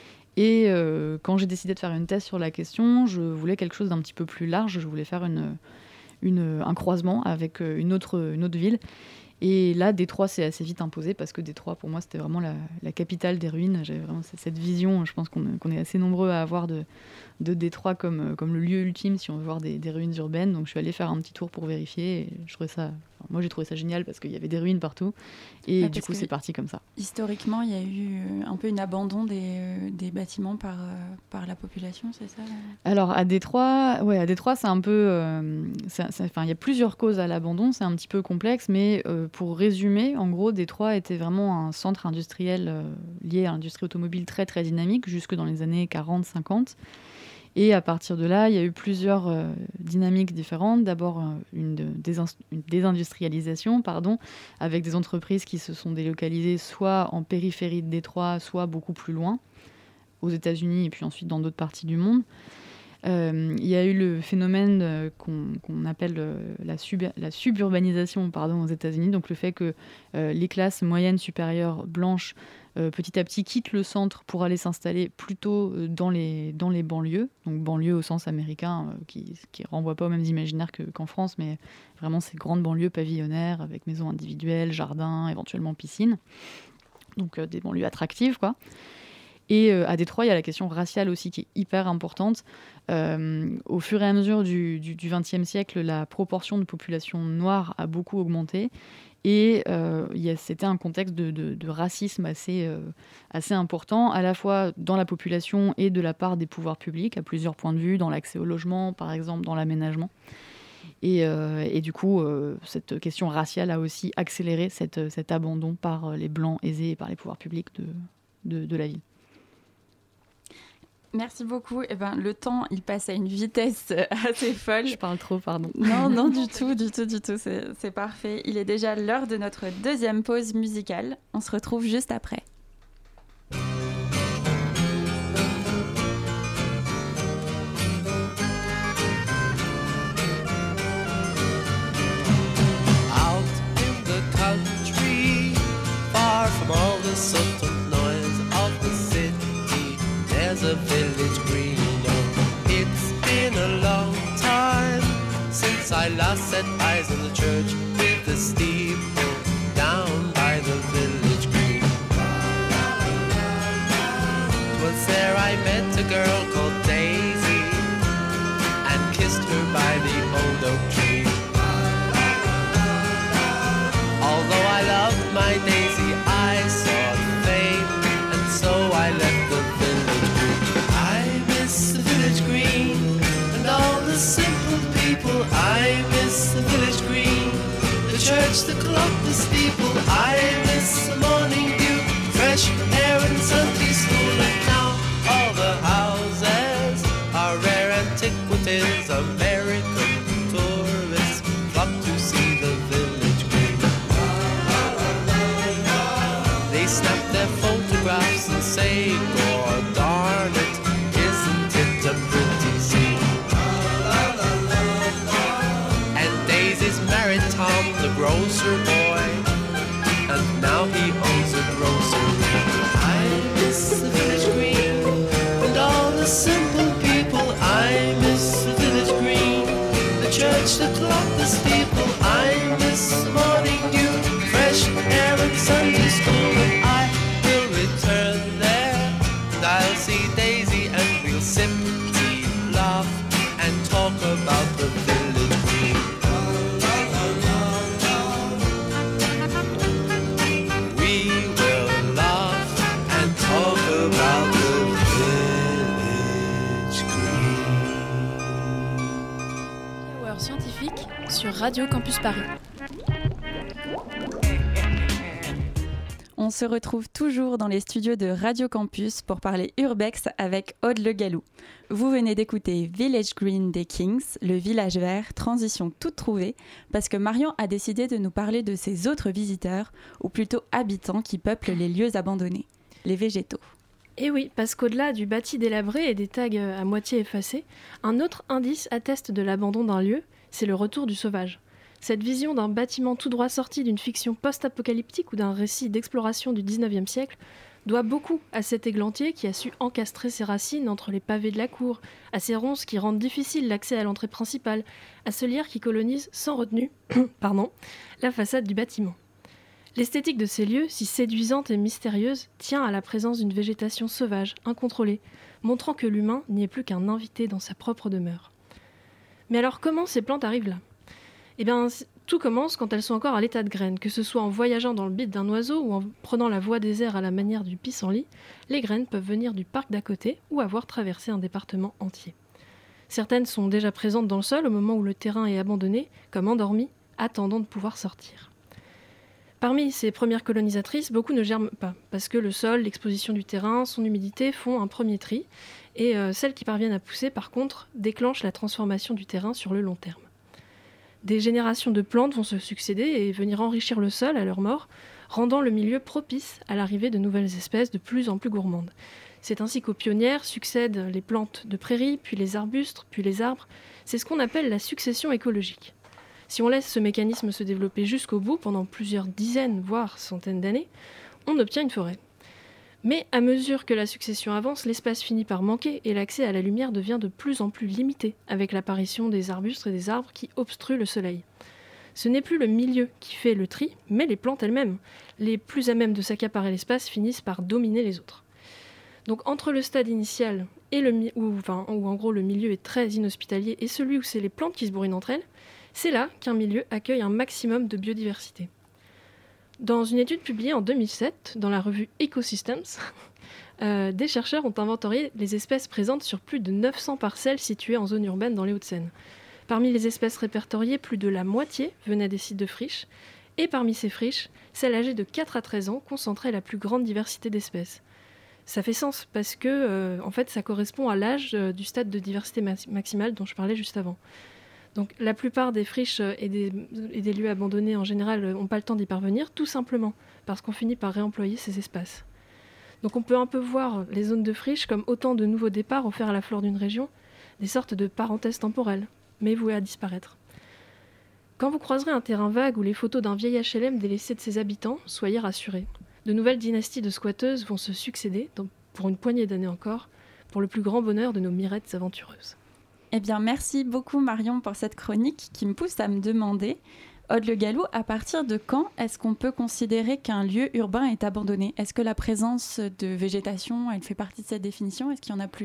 Et euh, quand j'ai décidé de faire une thèse sur la question, je voulais quelque chose d'un petit peu plus large. Je voulais faire une, une, un croisement avec une autre, une autre ville. Et là, Détroit s'est assez vite imposé parce que Détroit, pour moi, c'était vraiment la, la capitale des ruines. J'avais vraiment cette vision, je pense qu'on, qu'on est assez nombreux à avoir de, de Détroit comme, comme le lieu ultime si on veut voir des, des ruines urbaines. Donc je suis allée faire un petit tour pour vérifier. Et je trouvais ça, enfin, moi, j'ai trouvé ça génial parce qu'il y avait des ruines partout. Et ouais, du coup, c'est parti comme ça. Historiquement, il y a eu un peu un abandon des, euh, des bâtiments par, euh, par la population, c'est ça? Alors à Détroit, ouais, à Détroit, c'est un peu, euh, ça, ça, enfin, il y a plusieurs causes à l'abandon. C'est un petit peu complexe, mais euh, pour résumer, en gros, Détroit était vraiment un centre industriel euh, lié à l'industrie automobile très très dynamique jusque dans les années quarante cinquante. Et à partir de là, il y a eu plusieurs euh, dynamiques différentes. D'abord, euh, une, de, désins- une désindustrialisation, pardon, avec des entreprises qui se sont délocalisées soit en périphérie de Détroit, soit beaucoup plus loin, aux États-Unis et puis ensuite dans d'autres parties du monde. Euh, il y a eu le phénomène euh, qu'on, qu'on appelle euh, la, sub- la suburbanisation pardon, aux États-Unis, donc le fait que euh, les classes moyennes supérieures blanches euh, petit à petit quittent le centre pour aller s'installer plutôt euh, dans, les, dans les banlieues, donc banlieues au sens américain, euh, qui ne renvoie pas aux mêmes imaginaires que, qu'en France, mais vraiment ces grandes banlieues pavillonnaires avec maisons individuelles, jardins, éventuellement piscines, donc euh, des banlieues attractives, quoi. Et euh, à Détroit, il y a la question raciale aussi qui est hyper importante. Euh, au fur et à mesure du vingtième siècle, la proportion de population noire a beaucoup augmenté. Et euh, il y a, c'était un contexte de, de, de racisme assez, euh, assez important, à la fois dans la population et de la part des pouvoirs publics, à plusieurs points de vue, dans l'accès au logement, par exemple, dans l'aménagement. Et, euh, et du coup, euh, cette question raciale a aussi accéléré cette, cet abandon par les Blancs aisés et par les pouvoirs publics de, de, de la ville. Merci beaucoup. Eh ben, le temps, il passe à une vitesse assez folle. Je parle trop, pardon. Non, non, du tout, du tout, du tout. C'est, c'est parfait. Il est déjà l'heure de notre deuxième pause musicale. On se retrouve juste après. Out in the country, far from all the subtle noise of the city, there's a village green. It's been a long time since I last set eyes on the church with the steeple down by the village green. 'Twas there I met a girl called Daisy and kissed her by the old oak tree. Although I loved my Daisy, I sought fame, and so I left the village green. I miss the village green and all the simple people. I miss the village green, the church, the clock, the steeple. I miss the morning dew, fresh air and Sunday school. And now all the houses are rare antiquities. American tourists flock to see the village green. They snap their photographs and say, "God darn it, isn't it a pretty scene?" And Daisy's married Tom, the grocer boy, and now he owns a grocery. I miss the village green and all the simple people. I miss the village green, the church, the clock, the steeple. I miss the morning dew, fresh air and Sunday school. And I will return there, and I'll see Daisy, and we'll sip tea, laugh, and talk about the village green. We will laugh and talk about the village green. Hour scientifique sur Radio Campus Paris. On se retrouve toujours dans les studios de Radio Campus pour parler urbex avec Aude Le Gallou. Vous venez d'écouter Village Green des Kings, le village vert, transition toute trouvée, parce que Marion a décidé de nous parler de ces autres visiteurs, ou plutôt habitants qui peuplent les lieux abandonnés, les végétaux. Et oui, parce qu'au-delà du bâti délabré et des tags à moitié effacés, un autre indice atteste de l'abandon d'un lieu, c'est le retour du sauvage. Cette vision d'un bâtiment tout droit sorti d'une fiction post-apocalyptique ou d'un récit d'exploration du dix-neuvième siècle doit beaucoup à cet églantier qui a su encastrer ses racines entre les pavés de la cour, à ces ronces qui rendent difficile l'accès à l'entrée principale, à ce lierre qui colonise sans retenue pardon, la façade du bâtiment. L'esthétique de ces lieux, si séduisante et mystérieuse, tient à la présence d'une végétation sauvage, incontrôlée, montrant que l'humain n'y est plus qu'un invité dans sa propre demeure. Mais alors comment ces plantes arrivent là ? Eh bien, tout commence quand elles sont encore à l'état de graines, que ce soit en voyageant dans le bide d'un oiseau ou en prenant la voie des airs à la manière du pissenlit, les graines peuvent venir du parc d'à côté ou avoir traversé un département entier. Certaines sont déjà présentes dans le sol au moment où le terrain est abandonné, comme endormies, attendant de pouvoir sortir. Parmi ces premières colonisatrices, beaucoup ne germent pas, parce que le sol, l'exposition du terrain, son humidité font un premier tri, et euh, celles qui parviennent à pousser, par contre, déclenchent la transformation du terrain sur le long terme. Des générations de plantes vont se succéder et venir enrichir le sol à leur mort, rendant le milieu propice à l'arrivée de nouvelles espèces de plus en plus gourmandes. C'est ainsi qu'aux pionnières succèdent les plantes de prairie, puis les arbustes, puis les arbres. C'est ce qu'on appelle la succession écologique. Si on laisse ce mécanisme se développer jusqu'au bout, pendant plusieurs dizaines, voire centaines d'années, on obtient une forêt. Mais à mesure que la succession avance, l'espace finit par manquer et l'accès à la lumière devient de plus en plus limité, avec l'apparition des arbustes et des arbres qui obstruent le soleil. Ce n'est plus le milieu qui fait le tri, mais les plantes elles-mêmes. Les plus à même de s'accaparer l'espace finissent par dominer les autres. Donc entre le stade initial et le mi- où, enfin, où en gros le milieu est très inhospitalier et celui où c'est les plantes qui se bourrinent entre elles, c'est là qu'un milieu accueille un maximum de biodiversité. Dans une étude publiée en deux mille sept dans la revue Ecosystems, euh, des chercheurs ont inventorié les espèces présentes sur plus de neuf cents parcelles situées en zone urbaine dans les Hauts-de-Seine. Parmi les espèces répertoriées, plus de la moitié venaient des sites de friches, et parmi ces friches, celles âgées de quatre à treize ans concentraient la plus grande diversité d'espèces. Ça fait sens parce que euh, en fait, ça correspond à l'âge euh, du stade de diversité ma- maximale dont je parlais juste avant. Donc la plupart des friches et des, et des lieux abandonnés en général n'ont pas le temps d'y parvenir, tout simplement parce qu'on finit par réemployer ces espaces. Donc on peut un peu voir les zones de friches comme autant de nouveaux départs offerts à la flore d'une région, des sortes de parenthèses temporelles, mais vouées à disparaître. Quand vous croiserez un terrain vague ou les photos d'un vieil H L M délaissé de ses habitants, soyez rassurés. De nouvelles dynasties de squatteuses vont se succéder, donc pour une poignée d'années encore, pour le plus grand bonheur de nos mirettes aventureuses. Eh bien, merci beaucoup Marion pour cette chronique qui me pousse à me demander, Aude Le Gallou, à partir de quand est-ce qu'on peut considérer qu'un lieu urbain est abandonné ? Est-ce que la présence de végétation, elle fait partie de cette définition ? Est-ce qu'il y en a plusieurs ?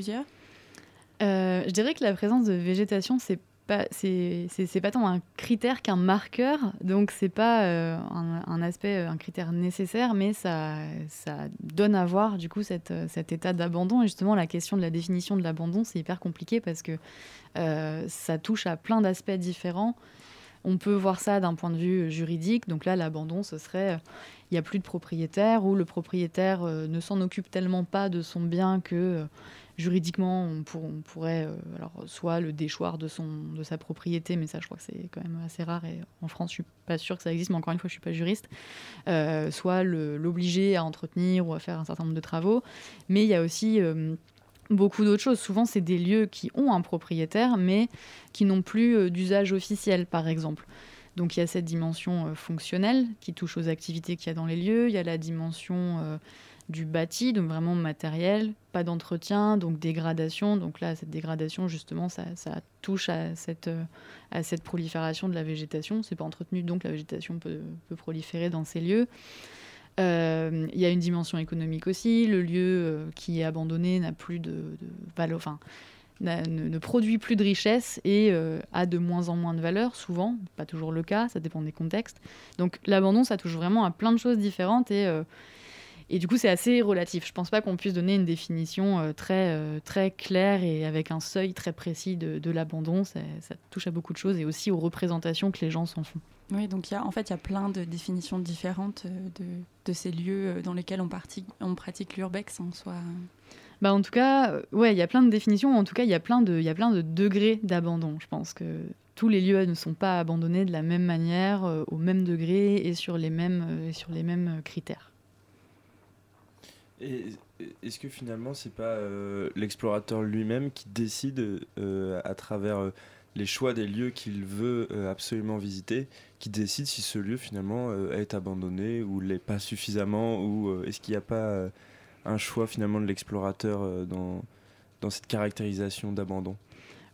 euh, Je dirais que la présence de végétation, c'est pas, c'est, c'est, c'est pas tant un critère qu'un marqueur, donc c'est pas euh, un, un aspect, un critère nécessaire, mais ça, ça donne à voir du coup cette, cet état d'abandon. Et justement, la question de la définition de l'abandon, c'est hyper compliqué parce que euh, ça touche à plein d'aspects différents. On peut voir ça d'un point de vue juridique. Donc là, l'abandon, ce serait, euh, il n'y a plus de propriétaire ou le propriétaire euh, ne s'en occupe tellement pas de son bien que euh, juridiquement, on, pour, on pourrait euh, alors, soit le déchoir de, son, de sa propriété, mais ça, je crois que c'est quand même assez rare. Et en France, je ne suis pas sûre que ça existe, mais encore une fois, je ne suis pas juriste. Euh, soit le, l'obliger à entretenir ou à faire un certain nombre de travaux. Mais il y a aussi... Euh, beaucoup d'autres choses. Souvent, c'est des lieux qui ont un propriétaire, mais qui n'ont plus euh, d'usage officiel, par exemple. Donc, il y a cette dimension euh, fonctionnelle qui touche aux activités qu'il y a dans les lieux. Il y a la dimension euh, du bâti, donc vraiment matériel, pas d'entretien, donc dégradation. Donc là, cette dégradation, justement, ça, ça touche à cette, euh, à cette prolifération de la végétation. C'est pas entretenu, donc la végétation peut, peut proliférer dans ces lieux. Il euh, y a une dimension économique aussi. Le lieu euh, qui est abandonné n'a plus de, de valeur, enfin, ne, ne produit plus de richesse et euh, a de moins en moins de valeur, souvent. Pas toujours le cas, ça dépend des contextes. Donc l'abandon, ça touche vraiment à plein de choses différentes et, euh, et du coup, c'est assez relatif. Je ne pense pas qu'on puisse donner une définition euh, très, euh, très claire et avec un seuil très précis de, de l'abandon. Ça, ça touche à beaucoup de choses et aussi aux représentations que les gens s'en font. Oui, donc y a, en fait, il y a plein de définitions différentes de, de ces lieux dans lesquels on, parti, on pratique l'urbex en soi. Bah en tout cas, euh, ouais, il y a plein de définitions. En tout cas, il y a plein de, il y a plein de degrés d'abandon. Je pense que tous les lieux ne sont pas abandonnés de la même manière, euh, au même degré et sur les mêmes, euh, sur les mêmes critères. Et est-ce que finalement, c'est pas euh, l'explorateur lui-même qui décide euh, à travers euh, les choix des lieux qu'il veut euh, absolument visiter, qui décide si ce lieu finalement euh, est abandonné ou l'est pas suffisamment, ou euh, est-ce qu'il n'y a pas euh, un choix finalement de l'explorateur euh, dans, dans cette caractérisation d'abandon ?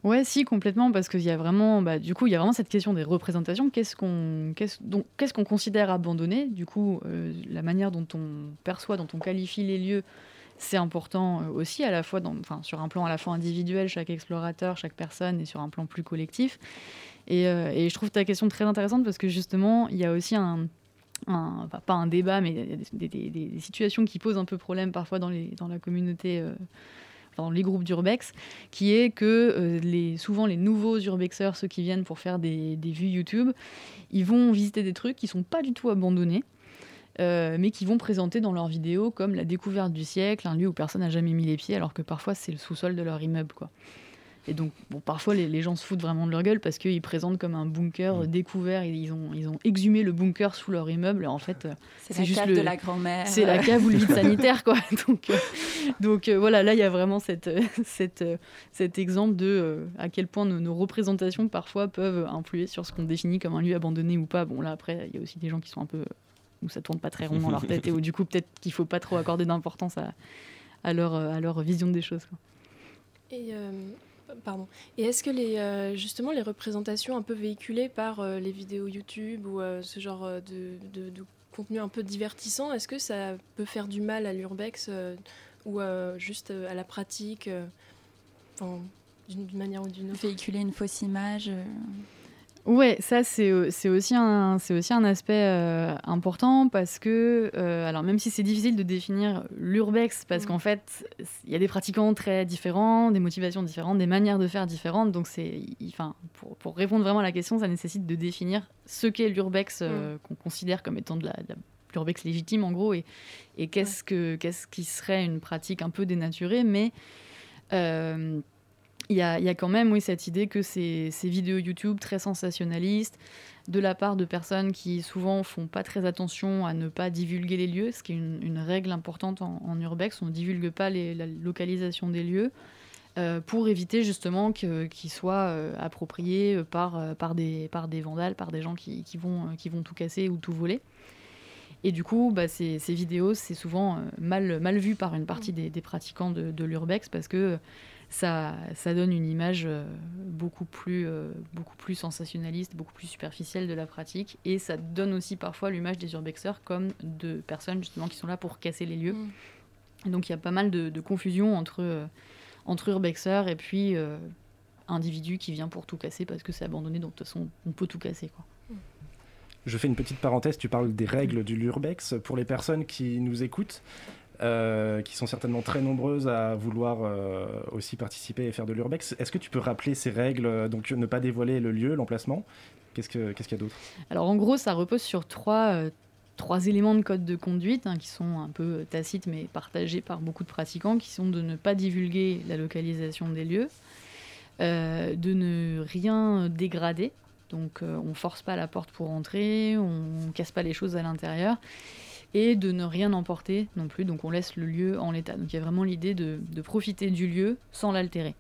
Ouais, si, complètement, parce qu'il y a vraiment, bah, du coup, il y a vraiment cette question des représentations. Qu'est-ce qu'on, qu'est-ce, donc, qu'est-ce qu'on considère abandonné ? Du coup, euh, la manière dont on perçoit, dont on qualifie les lieux, c'est important euh, aussi, à la fois dans, enfin, sur un plan à la fois individuel, chaque explorateur, chaque personne, et sur un plan plus collectif. Et, euh, et je trouve ta question très intéressante parce que justement, il y a aussi un, un enfin, pas un débat, mais des, des, des, des situations qui posent un peu problème parfois dans, les, dans la communauté. Euh, dans les groupes d'urbex, qui est que euh, les, souvent les nouveaux urbexeurs, ceux qui viennent pour faire des, des vues YouTube, ils vont visiter des trucs qui sont pas du tout abandonnés, euh, mais qui vont présenter dans leurs vidéos comme la découverte du siècle, un lieu où personne n'a jamais mis les pieds, alors que parfois c'est le sous-sol de leur immeuble, quoi. Et donc, bon, parfois, les, les gens se foutent vraiment de leur gueule parce qu'ils présentent comme un bunker découvert. Ils ont, ils ont exhumé le bunker sous leur immeuble. Et en fait, c'est, c'est la juste cave le, de la grand-mère. C'est la cave ou le vide sanitaire, quoi. Donc, euh, donc euh, voilà, là, il y a vraiment cette, cette, euh, cet exemple de euh, à quel point nos, nos représentations, parfois, peuvent influer sur ce qu'on définit comme un lieu abandonné ou pas. Bon, là, après, il y a aussi des gens qui sont un peu... où ça tourne pas très rond dans leur tête et où, du coup, peut-être qu'il faut pas trop accorder d'importance à, à, leur, à leur vision des choses, quoi. Et... Euh... Pardon. Et est-ce que les, euh, justement les représentations un peu véhiculées par euh, les vidéos YouTube ou euh, ce genre de, de, de contenu un peu divertissant, est-ce que ça peut faire du mal à l'urbex euh, ou euh, juste euh, à la pratique euh, enfin, d'une, d'une manière ou d'une autre ? Véhiculer une fausse image euh... Ouais, ça c'est, c'est, aussi, un, c'est aussi un aspect euh, important parce que, euh, alors même si c'est difficile de définir l'urbex, parce mmh. qu'en fait, il y a des pratiquants très différents, des motivations différentes, des manières de faire différentes, donc c'est, enfin, pour, pour répondre vraiment à la question, ça nécessite de définir ce qu'est l'urbex euh, mmh. qu'on considère comme étant de la, de la l'urbex légitime en gros, et, et qu'est-ce, que, qu'est-ce qui serait une pratique un peu dénaturée, mais... Euh, Il y, a, il y a quand même oui, cette idée que ces, ces vidéos YouTube très sensationnalistes, de la part de personnes qui souvent font pas très attention à ne pas divulguer les lieux, ce qui est une, une règle importante en, en urbex, on ne divulgue pas les, la localisation des lieux, euh, pour éviter justement que, qu'ils soient euh, appropriés par, euh, par, des, par des vandales, par des gens qui, qui, vont, euh, qui vont tout casser ou tout voler. Et du coup, bah, ces, ces vidéos, c'est souvent euh, mal, mal vu par une partie des, des pratiquants de, de l'urbex parce que Ça, ça donne une image euh, beaucoup, plus, euh, beaucoup plus sensationnaliste, beaucoup plus superficielle de la pratique. Et ça donne aussi parfois l'image des urbexeurs comme de personnes justement qui sont là pour casser les lieux. Mmh. Et donc il y a pas mal de, de confusion entre, euh, entre urbexeurs et puis euh, individu qui vient pour tout casser parce que c'est abandonné, donc de toute façon on peut tout casser, quoi. Je fais une petite parenthèse, tu parles des règles du l'urbex. Pour les personnes qui nous écoutent, Euh, qui sont certainement très nombreuses à vouloir euh, aussi participer et faire de l'urbex. Est-ce que tu peux rappeler ces règles, donc ne pas dévoiler le lieu, l'emplacement ? Qu'est-ce, que, qu'est-ce qu'il y a d'autre ? Alors en gros, ça repose sur trois, euh, trois éléments de code de conduite hein, qui sont un peu tacites mais partagés par beaucoup de pratiquants, qui sont de ne pas divulguer la localisation des lieux, euh, de ne rien dégrader, donc euh, on force pas la porte pour entrer, on casse pas les choses à l'intérieur, et de ne rien emporter non plus, donc on laisse le lieu en l'état. Donc il y a vraiment l'idée de, de profiter du lieu sans l'altérer.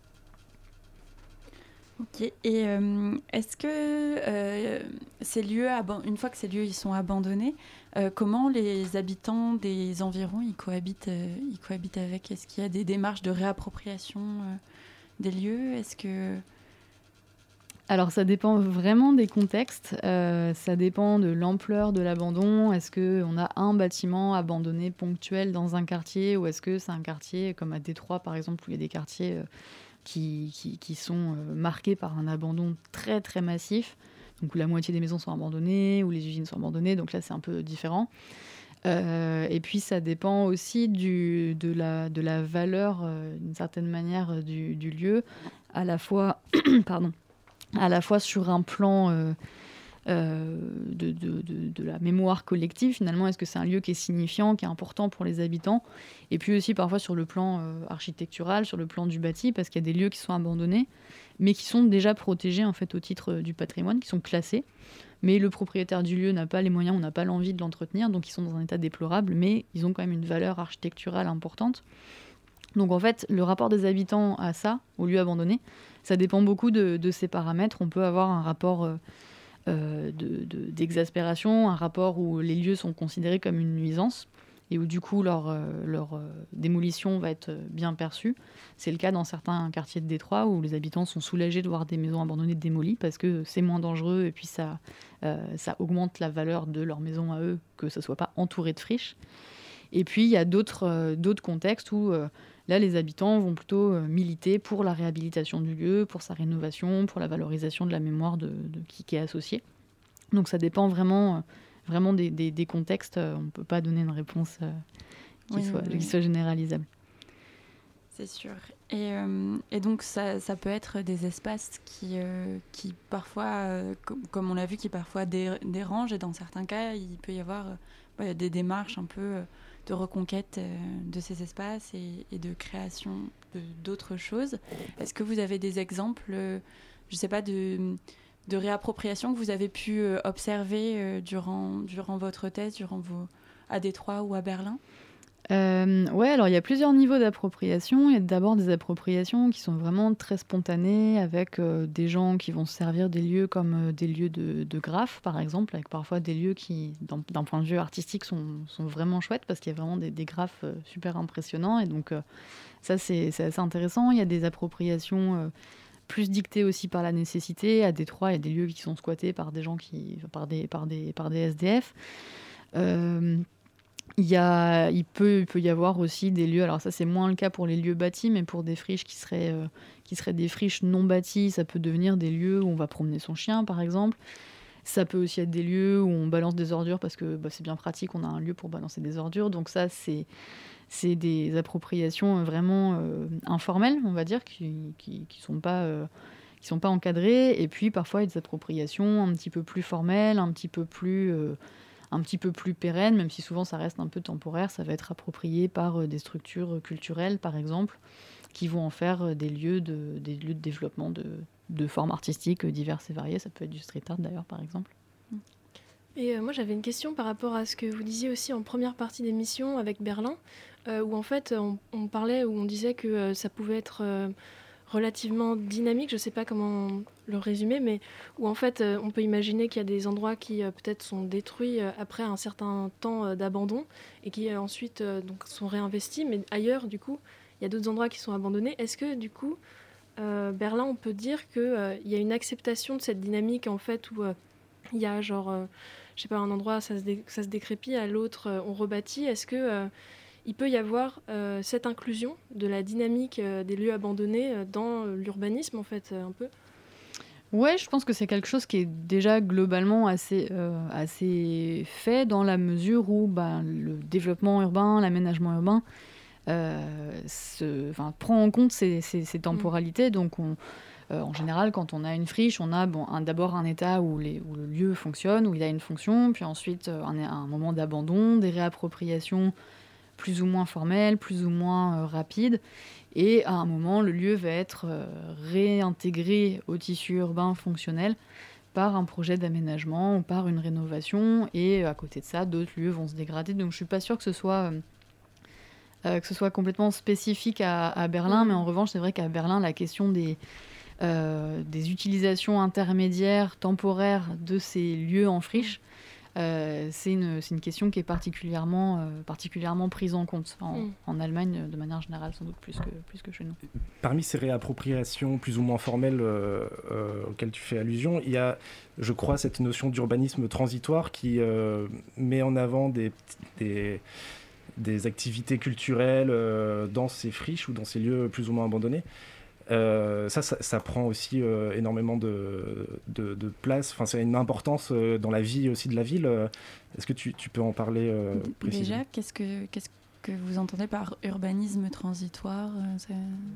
Ok, et euh, est-ce que euh, ces lieux, une fois que ces lieux ils sont abandonnés, euh, comment les habitants des environs ils cohabitent, euh, ils cohabitent avec ? Est-ce qu'il y a des démarches de réappropriation euh, des lieux ? Est-ce que... Alors ça dépend vraiment des contextes, euh, ça dépend de l'ampleur de l'abandon. Est-ce qu'on a un bâtiment abandonné ponctuel dans un quartier ou est-ce que c'est un quartier comme à Détroit par exemple où il y a des quartiers euh, qui, qui, qui sont euh, marqués par un abandon très très massif, donc où la moitié des maisons sont abandonnées, où les usines sont abandonnées, donc là c'est un peu différent. Euh, et puis ça dépend aussi du, de, la, de la valeur euh, d'une certaine manière du, du lieu, à la fois... pardon. à la fois sur un plan euh, euh, de, de, de, de la mémoire collective, finalement, est-ce que c'est un lieu qui est signifiant, qui est important pour les habitants, et puis aussi parfois sur le plan euh, architectural, sur le plan du bâti, parce qu'il y a des lieux qui sont abandonnés, mais qui sont déjà protégés en fait, au titre du patrimoine, qui sont classés, mais le propriétaire du lieu n'a pas les moyens, on n'a pas l'envie de l'entretenir, donc ils sont dans un état déplorable, mais ils ont quand même une valeur architecturale importante. Donc en fait, le rapport des habitants à ça, au lieu abandonné, ça dépend beaucoup de, de ces paramètres. On peut avoir un rapport euh, euh, de, de, d'exaspération, un rapport où les lieux sont considérés comme une nuisance, et où du coup leur, euh, leur euh, démolition va être bien perçue. C'est le cas dans certains quartiers de Détroit où les habitants sont soulagés de voir des maisons abandonnées démolies parce que c'est moins dangereux et puis ça, euh, ça augmente la valeur de leur maison à eux, que ça ne soit pas entouré de friches. Et puis il y a d'autres, euh, d'autres contextes où euh, là les habitants vont plutôt euh, militer pour la réhabilitation du lieu, pour sa rénovation, pour la valorisation de la mémoire de, de qui, qui est associée. Donc ça dépend vraiment... Euh, Vraiment des, des, des contextes, euh, on ne peut pas donner une réponse euh, qui, oui, soit, oui, oui. qui soit généralisable. C'est sûr. Et, euh, et donc ça, ça peut être des espaces qui, euh, qui parfois, euh, com- comme on l'a vu, qui parfois dé- dérangent. Et dans certains cas, il peut y avoir euh, bah, des démarches un peu euh, de reconquête euh, de ces espaces et, et de création de, d'autres choses. Est-ce que vous avez des exemples, euh, je ne sais pas, de... de réappropriation que vous avez pu euh, observer euh, durant, durant votre thèse, durant vos... à Détroit ou à Berlin ? euh, Ouais, alors il y a plusieurs niveaux d'appropriation. Il y a d'abord des appropriations qui sont vraiment très spontanées, avec euh, des gens qui vont se servir des lieux comme euh, des lieux de, de graphes, par exemple, avec parfois des lieux qui, d'un, d'un point de vue artistique, sont, sont vraiment chouettes, parce qu'il y a vraiment des, des graphes euh, super impressionnants. Et donc euh, ça, c'est, c'est assez intéressant. Il y a des appropriations... Euh, plus dicté aussi par la nécessité. À Détroit, il y a des lieux qui sont squattés par des gens qui, par des, par des, par des S D F. Euh, il, y a, il, peut, il peut y avoir aussi des lieux, alors ça c'est moins le cas pour les lieux bâtis, mais pour des friches qui seraient, euh, qui seraient des friches non bâties, ça peut devenir des lieux où on va promener son chien, par exemple. Ça peut aussi être des lieux où on balance des ordures parce que bah, c'est bien pratique, on a un lieu pour balancer des ordures. Donc ça, c'est... C'est des appropriations vraiment euh, informelles, on va dire, qui qui, qui sont pas euh, qui sont pas encadrées. Et puis parfois il y a des appropriations un petit peu plus formelles, un petit peu plus euh, un petit peu plus pérennes, même si souvent ça reste un peu temporaire. Ça va être approprié par euh, des structures culturelles, par exemple, qui vont en faire euh, des lieux de des lieux de développement de de formes artistiques diverses et variées. Ça peut être du street art d'ailleurs, par exemple. Et euh, moi j'avais une question par rapport à ce que vous disiez aussi en première partie d'émission avec Berlin, euh, où en fait on, on parlait, où on disait que euh, ça pouvait être euh, relativement dynamique, je ne sais pas comment le résumer, mais où en fait euh, on peut imaginer qu'il y a des endroits qui euh, peut-être sont détruits euh, après un certain temps euh, d'abandon et qui euh, ensuite euh, donc, sont réinvestis, mais ailleurs du coup il y a d'autres endroits qui sont abandonnés. Est-ce que du coup euh, Berlin, on peut dire qu'il euh, y a une acceptation de cette dynamique en fait où euh, il y a genre... Euh, je sais pas, un endroit, ça se, dé- ça se décrépit, à l'autre, euh, on rebâtit. Est-ce que euh, il peut y avoir euh, cette inclusion de la dynamique euh, des lieux abandonnés euh, dans euh, l'urbanisme, en fait, euh, un peu ? Ouais, je pense que c'est quelque chose qui est déjà globalement assez, euh, assez fait, dans la mesure où bah, le développement urbain, l'aménagement urbain euh, se, prend en compte ces, ces, ces temporalités. Donc on... Euh, en général, quand on a une friche, on a bon, un, d'abord un état où, les, où le lieu fonctionne, où il a une fonction, puis ensuite euh, un, un moment d'abandon, des réappropriations plus ou moins formelles, plus ou moins euh, rapides. Et à un moment, le lieu va être euh, réintégré au tissu urbain fonctionnel par un projet d'aménagement ou par une rénovation. Et à côté de ça, d'autres lieux vont se dégrader. Donc je ne suis pas sûre que ce soit... Euh, euh, que ce soit complètement spécifique à, à Berlin, mais en revanche, c'est vrai qu'à Berlin, la question des... Euh, des utilisations intermédiaires, temporaires de ces lieux en friche, euh, c'est, une, c'est une question qui est particulièrement, euh, particulièrement prise en compte en, mm. en Allemagne, de manière générale, sans doute plus que, plus que chez nous. Parmi ces réappropriations plus ou moins formelles euh, euh, auxquelles tu fais allusion, il y a, je crois, cette notion d'urbanisme transitoire qui euh, met en avant des... des des activités culturelles euh, dans ces friches ou dans ces lieux plus ou moins abandonnés. Euh, ça, ça, ça prend aussi euh, énormément de, de, de place. Enfin, ça a une importance euh, dans la vie aussi de la ville. Est-ce que tu, tu peux en parler euh, précisément ? Déjà, qu'est-ce que, qu'est-ce que vous entendez par urbanisme transitoire ? c'est...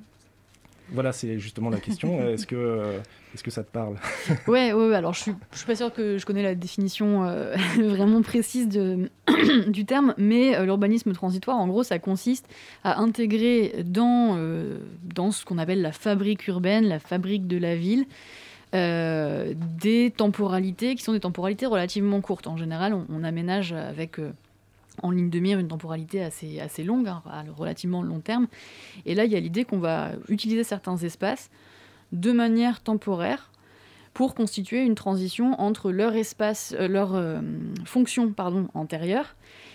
Voilà, c'est justement la question. Est-ce que, euh, est-ce que ça te parle ? Ouais, ouais, ouais. Alors, je suis, je suis pas sûre que je connais la définition euh, vraiment précise de, du terme, mais euh, l'urbanisme transitoire, en gros, ça consiste à intégrer dans, euh, dans ce qu'on appelle la fabrique urbaine, la fabrique de la ville, euh, des temporalités qui sont des temporalités relativement courtes. En général, on, on aménage avec... Euh, en ligne de mire une temporalité assez, assez longue, hein, à relativement long terme. Et là, il y a l'idée qu'on va utiliser certains espaces de manière temporaire pour constituer une transition entre leur espace, euh, leur euh, fonction pardon, antérieure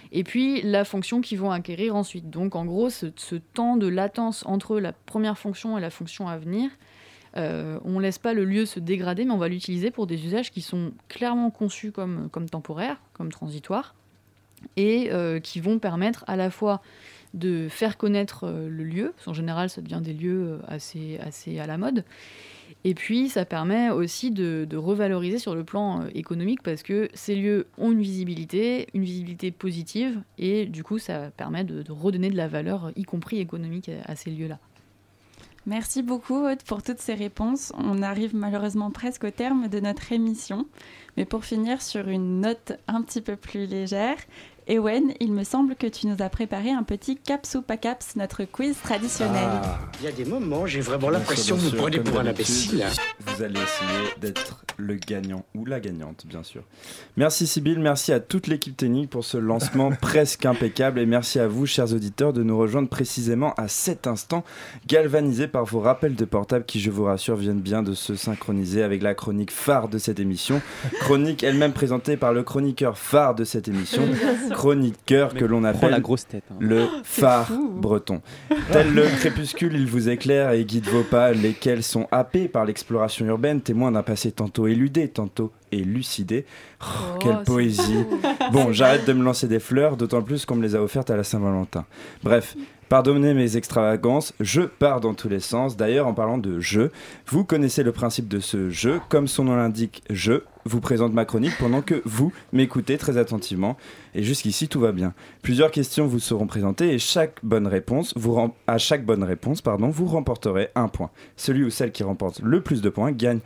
et puis la fonction qu'ils vont acquérir ensuite. Donc en gros, ce, ce temps de latence entre la première fonction et la fonction à venir, euh, on ne laisse pas le lieu se dégrader, mais on va l'utiliser pour des usages qui sont clairement conçus comme, comme temporaires, comme transitoires, et euh, qui vont permettre à la fois de faire connaître euh, le lieu, parce qu'en général ça devient des lieux assez, assez à la mode, et puis ça permet aussi de, de revaloriser sur le plan euh, économique, parce que ces lieux ont une visibilité, une visibilité positive, et du coup ça permet de, de redonner de la valeur, y compris économique, à, à ces lieux-là. Merci beaucoup Aude pour toutes ces réponses. On arrive malheureusement presque au terme de notre émission. Mais pour finir sur une note un petit peu plus légère, Ewen, il me semble que tu nous as préparé un petit caps ou pas caps, notre quiz traditionnel. Ah, il y a des moments, j'ai vraiment l'impression que vous me prenez pour un imbécile. Vous allez essayer d'être le gagnant ou la gagnante, bien sûr. Merci Sybille, merci à toute l'équipe technique pour ce lancement presque impeccable et merci à vous, chers auditeurs, de nous rejoindre précisément à cet instant, galvanisés par vos rappels de portable qui, je vous rassure, viennent bien de se synchroniser avec la chronique phare de cette émission. Chronique elle-même présentée par le chroniqueur phare de cette émission, chroniqueur que l'on appelle la grosse tête, hein. le phare breton. Tel le crépuscule, il vous éclaire et guide vos pas, lesquels sont happés par l'exploration urbaine, témoins d'un passé tantôt éludé, tantôt élucidé. Oh, Oh, quelle c'est poésie. beau. Bon, C'est j'arrête vrai. de me lancer des fleurs, d'autant plus qu'on me les a offertes à la Saint-Valentin. Bref, pardonnez mes extravagances, je pars dans tous les sens. D'ailleurs, en parlant de jeu, vous connaissez le principe de ce jeu. Comme son nom l'indique, je vous présente ma chronique pendant que vous m'écoutez très attentivement. Et jusqu'ici, tout va bien. Plusieurs questions vous seront présentées et chaque bonne réponse, vous rem- à chaque bonne réponse, pardon, vous remporterez un point. Celui ou celle qui remporte le plus de points gagne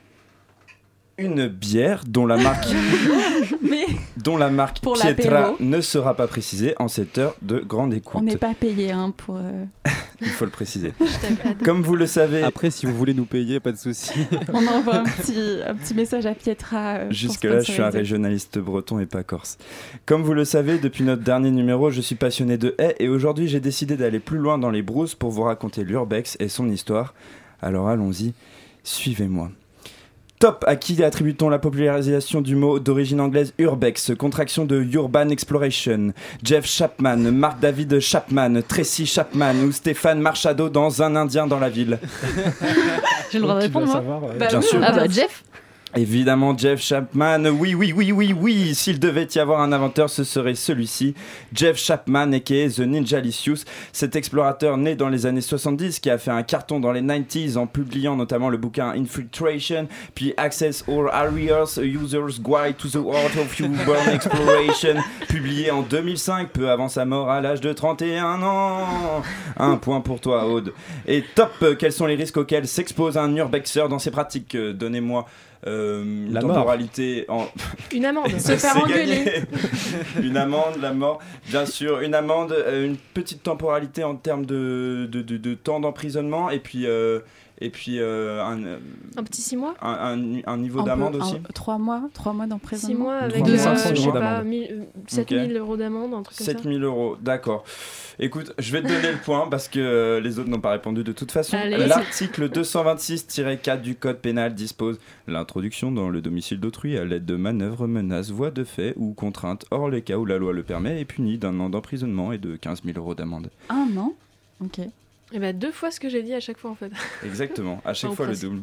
une bière dont la marque, Mais dont la marque Pour Pietra l'apéro. ne sera pas précisée en cette heure de grande écoute. on n'est pas payé hein, pour... euh, Il faut le préciser. Hashtag ad. Comme vous le savez, Après, si vous voulez nous payer, pas de souci. on envoie un petit, un petit message à Pietra. euh, pour jusque-là, je suis un sponsoriser. régionaliste breton et pas corse. Comme vous le savez, depuis notre dernier numéro, je suis passionné de haies et aujourd'hui, j'ai décidé d'aller plus loin dans les brousses pour vous raconter l'urbex et son histoire. Alors allons-y, suivez-moi. Top, à qui attribue-t-on la popularisation du mot d'origine anglaise urbex, contraction de Urban Exploration? Jeff Chapman, Mark David Chapman, Tracy Chapman ou Stéphane Marchado dans Un Indien dans la ville? J'ai le droit de Tu dois répondre, moi savoir, ouais. Bah Bien oui, sûr. on Ah va- bah Jeff. Évidemment, Jeff Chapman, oui, oui, oui, oui, oui, s'il devait y avoir un inventeur, ce serait celui-ci, Jeff Chapman, aka The Ninjalicious, cet explorateur né dans les années soixante-dix qui a fait un carton dans les quatre-vingt-dix en publiant notamment le bouquin Infiltration, puis Access All Areas, A User's Guide to the Art of Urban Exploration, publié en deux mille cinq, peu avant sa mort à l'âge de trente et un ans. Un point pour toi, Aude. Et top, euh, quels sont les risques auxquels s'expose un urbexer dans ses pratiques? Euh, Donnez-moi Euh, une La mort. temporalité en... Une amende. Se C'est faire engueuler. gagné. Une amende, la mort, bien sûr, une amende, euh, une petite temporalité en termes de, de, de, de temps d'emprisonnement et puis, euh, et puis euh, un, euh, Un petit six mois. un, un, un niveau On d'amende peut- aussi. un- Trois mois, trois mois Six d'emprisonnement. mois avec, trois euh, mille cinq cents je sais euros pas, d'amende. mille- sept mille euros d'amende, un truc comme ça. sept mille euros, d'accord. Écoute, je vais te donner le point parce que euh, les autres n'ont pas répondu de toute façon. Allez. L'article deux cent vingt-six tiret quatre du code pénal dispose l'introduction dans le domicile d'autrui à l'aide de manœuvres, menaces, voies de fait ou contraintes, hors les cas où la loi le permet, est punie d'un an d'emprisonnement et de quinze mille euros d'amende. Un an. Ok. Et bah deux fois ce que j'ai dit à chaque fois en fait. Exactement, à chaque En fois le principe. double.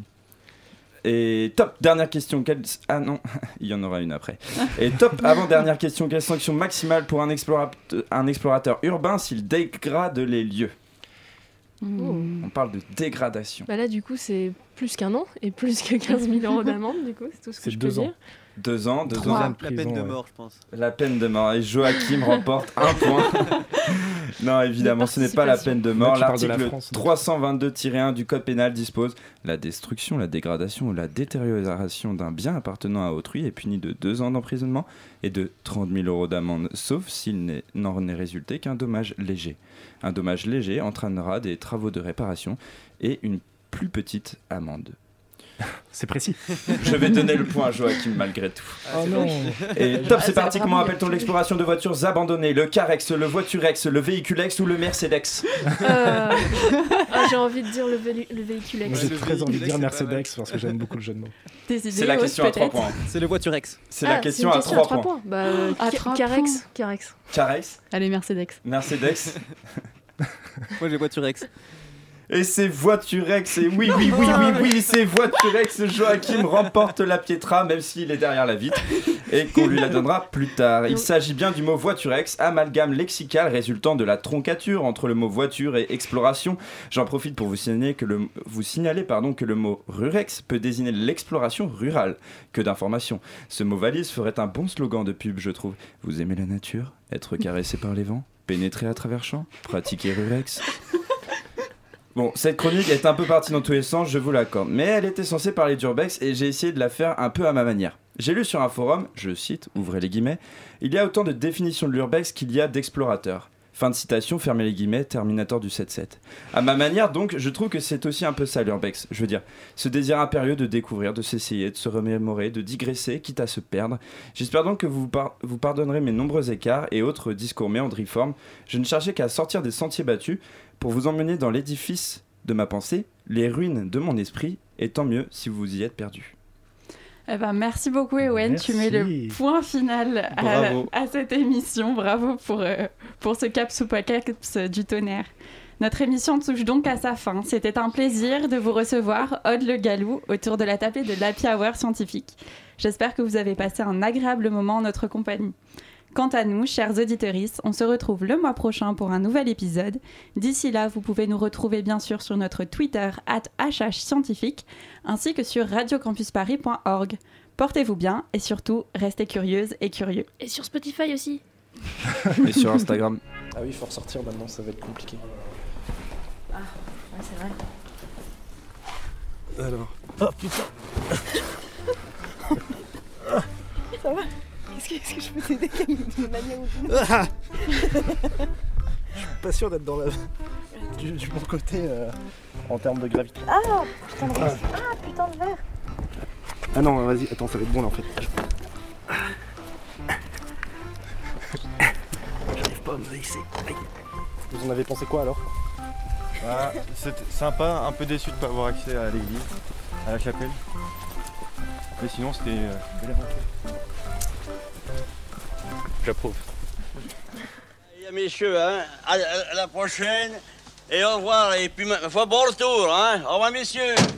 Et top, dernière question. Quelle... Ah non, il y en aura une après. Et top, avant dernière question, quelle sanction maximale pour un, explora... un explorateur urbain s'il dégrade les lieux? Hmm. On parle de dégradation. Bah là du coup c'est plus qu'un an et plus que quinze mille euros d'amende du coup, c'est tout ce que C'est je peux deux ans. dire. Deux ans, deux Trois. ans. La peine de mort, je pense. La peine de mort. Et Joachim remporte un point. Non, évidemment, ce n'est pas la peine de mort. Là, tu parles de la L'article France, donc. trois cent vingt-deux tiret un du code pénal dispose: la destruction, la dégradation ou la détérioration d'un bien appartenant à autrui est punie de deux ans d'emprisonnement et de trente mille euros d'amende, sauf s'il n'est- n'en est résulté qu'un dommage léger. Un dommage léger entraînera des travaux de réparation et une plus petite amende. C'est précis. Je vais donner le point à Joachim malgré tout. Oh non. Et top, c'est parti. Comment appelle-t-on l'exploration de voitures abandonnées? Le Carex, le Voiturex, le Véhiculex ou le Mercedex? euh... ah, J'ai envie de dire le, vé... le Véhiculex. Moi, j'ai très envie de dire Mercedes parce que j'aime beaucoup le jeu de mots. C'est la question à trois points. C'est le Voiturex. C'est ah, la question, question à à trois points. points. Bah, euh, à Ca- trois Carex. points. Carex. Carex. Allez, Mercedes. Mercedes. Moi j'ai Voiturex. Et c'est Voiturex, et oui, oui, oui, oui, oui, c'est Voiturex. Joachim remporte la Pietra, même s'il est derrière la vitre, et qu'on lui la donnera plus tard. Il s'agit bien du mot Voiturex, amalgame lexical résultant de la troncature entre le mot voiture et exploration. J'en profite pour vous signaler que le, vous signaler, pardon, que le mot rurex peut désigner l'exploration rurale. Que d'informations. Ce mot valise ferait un bon slogan de pub, je trouve. Vous aimez la nature? Être caressé par les vents? Pénétrer à travers champs? Pratiquer rurex? Bon, cette chronique est un peu partie dans tous les sens, je vous l'accorde, mais elle était censée parler d'urbex et j'ai essayé de la faire un peu à ma manière. J'ai lu sur un forum, je cite, ouvrez les guillemets, il y a autant de définitions de l'urbex qu'il y a d'explorateurs. Fin de citation, fermez les guillemets, Terminator du sept sept. À ma manière donc, je trouve que c'est aussi un peu ça l'urbex, je veux dire, ce désir impérieux de découvrir, de s'essayer, de se remémorer, de digresser, quitte à se perdre. J'espère donc que vous, par- vous pardonnerez mes nombreux écarts et autres discours méandriformes. Je ne cherchais qu'à sortir des sentiers battus, pour vous emmener dans l'édifice de ma pensée, les ruines de mon esprit, et tant mieux si vous y êtes perdu. Eh ben, merci beaucoup Ewen, tu mets le point final à, à cette émission. Bravo pour, euh, pour ce caps ou pas caps du tonnerre. Notre émission touche donc à sa fin. C'était un plaisir de vous recevoir, Aude Le Gallou, autour de la table de l'Happy Hour scientifique. J'espère que vous avez passé un agréable moment en notre compagnie. Quant à nous, chers auditeurs, on se retrouve le mois prochain pour un nouvel épisode. D'ici là, vous pouvez nous retrouver bien sûr sur notre Twitter arobase H H scientifique ainsi que sur radio campus paris point org. Portez-vous bien et surtout, restez curieuses et curieux. Et sur Spotify aussi. Et sur Instagram. Ah oui, il faut ressortir maintenant, ça va être compliqué. Ah, ouais, c'est vrai. Alors. Oh putain. Ça va? Est-ce que, est-ce que je peux t'aider d'une manière ou d'une autre? Ah, je suis pas sûr d'être dans la... du, du bon côté euh, en termes de gravité. Ah, putain de verre. Ah, putain de verre. Ah non, vas-y, attends, ça va être bon là en fait. J'arrive pas à me hisser. Vous en avez pensé quoi alors? Ah, c'était sympa, un peu déçu de ne pas avoir accès à l'église, à la chapelle. Mais sinon, c'était euh, une belle aventure. J'approuve. Messieurs, hein, à, à la prochaine et au revoir. Et puis, faut bon retour. Hein. Au revoir, messieurs.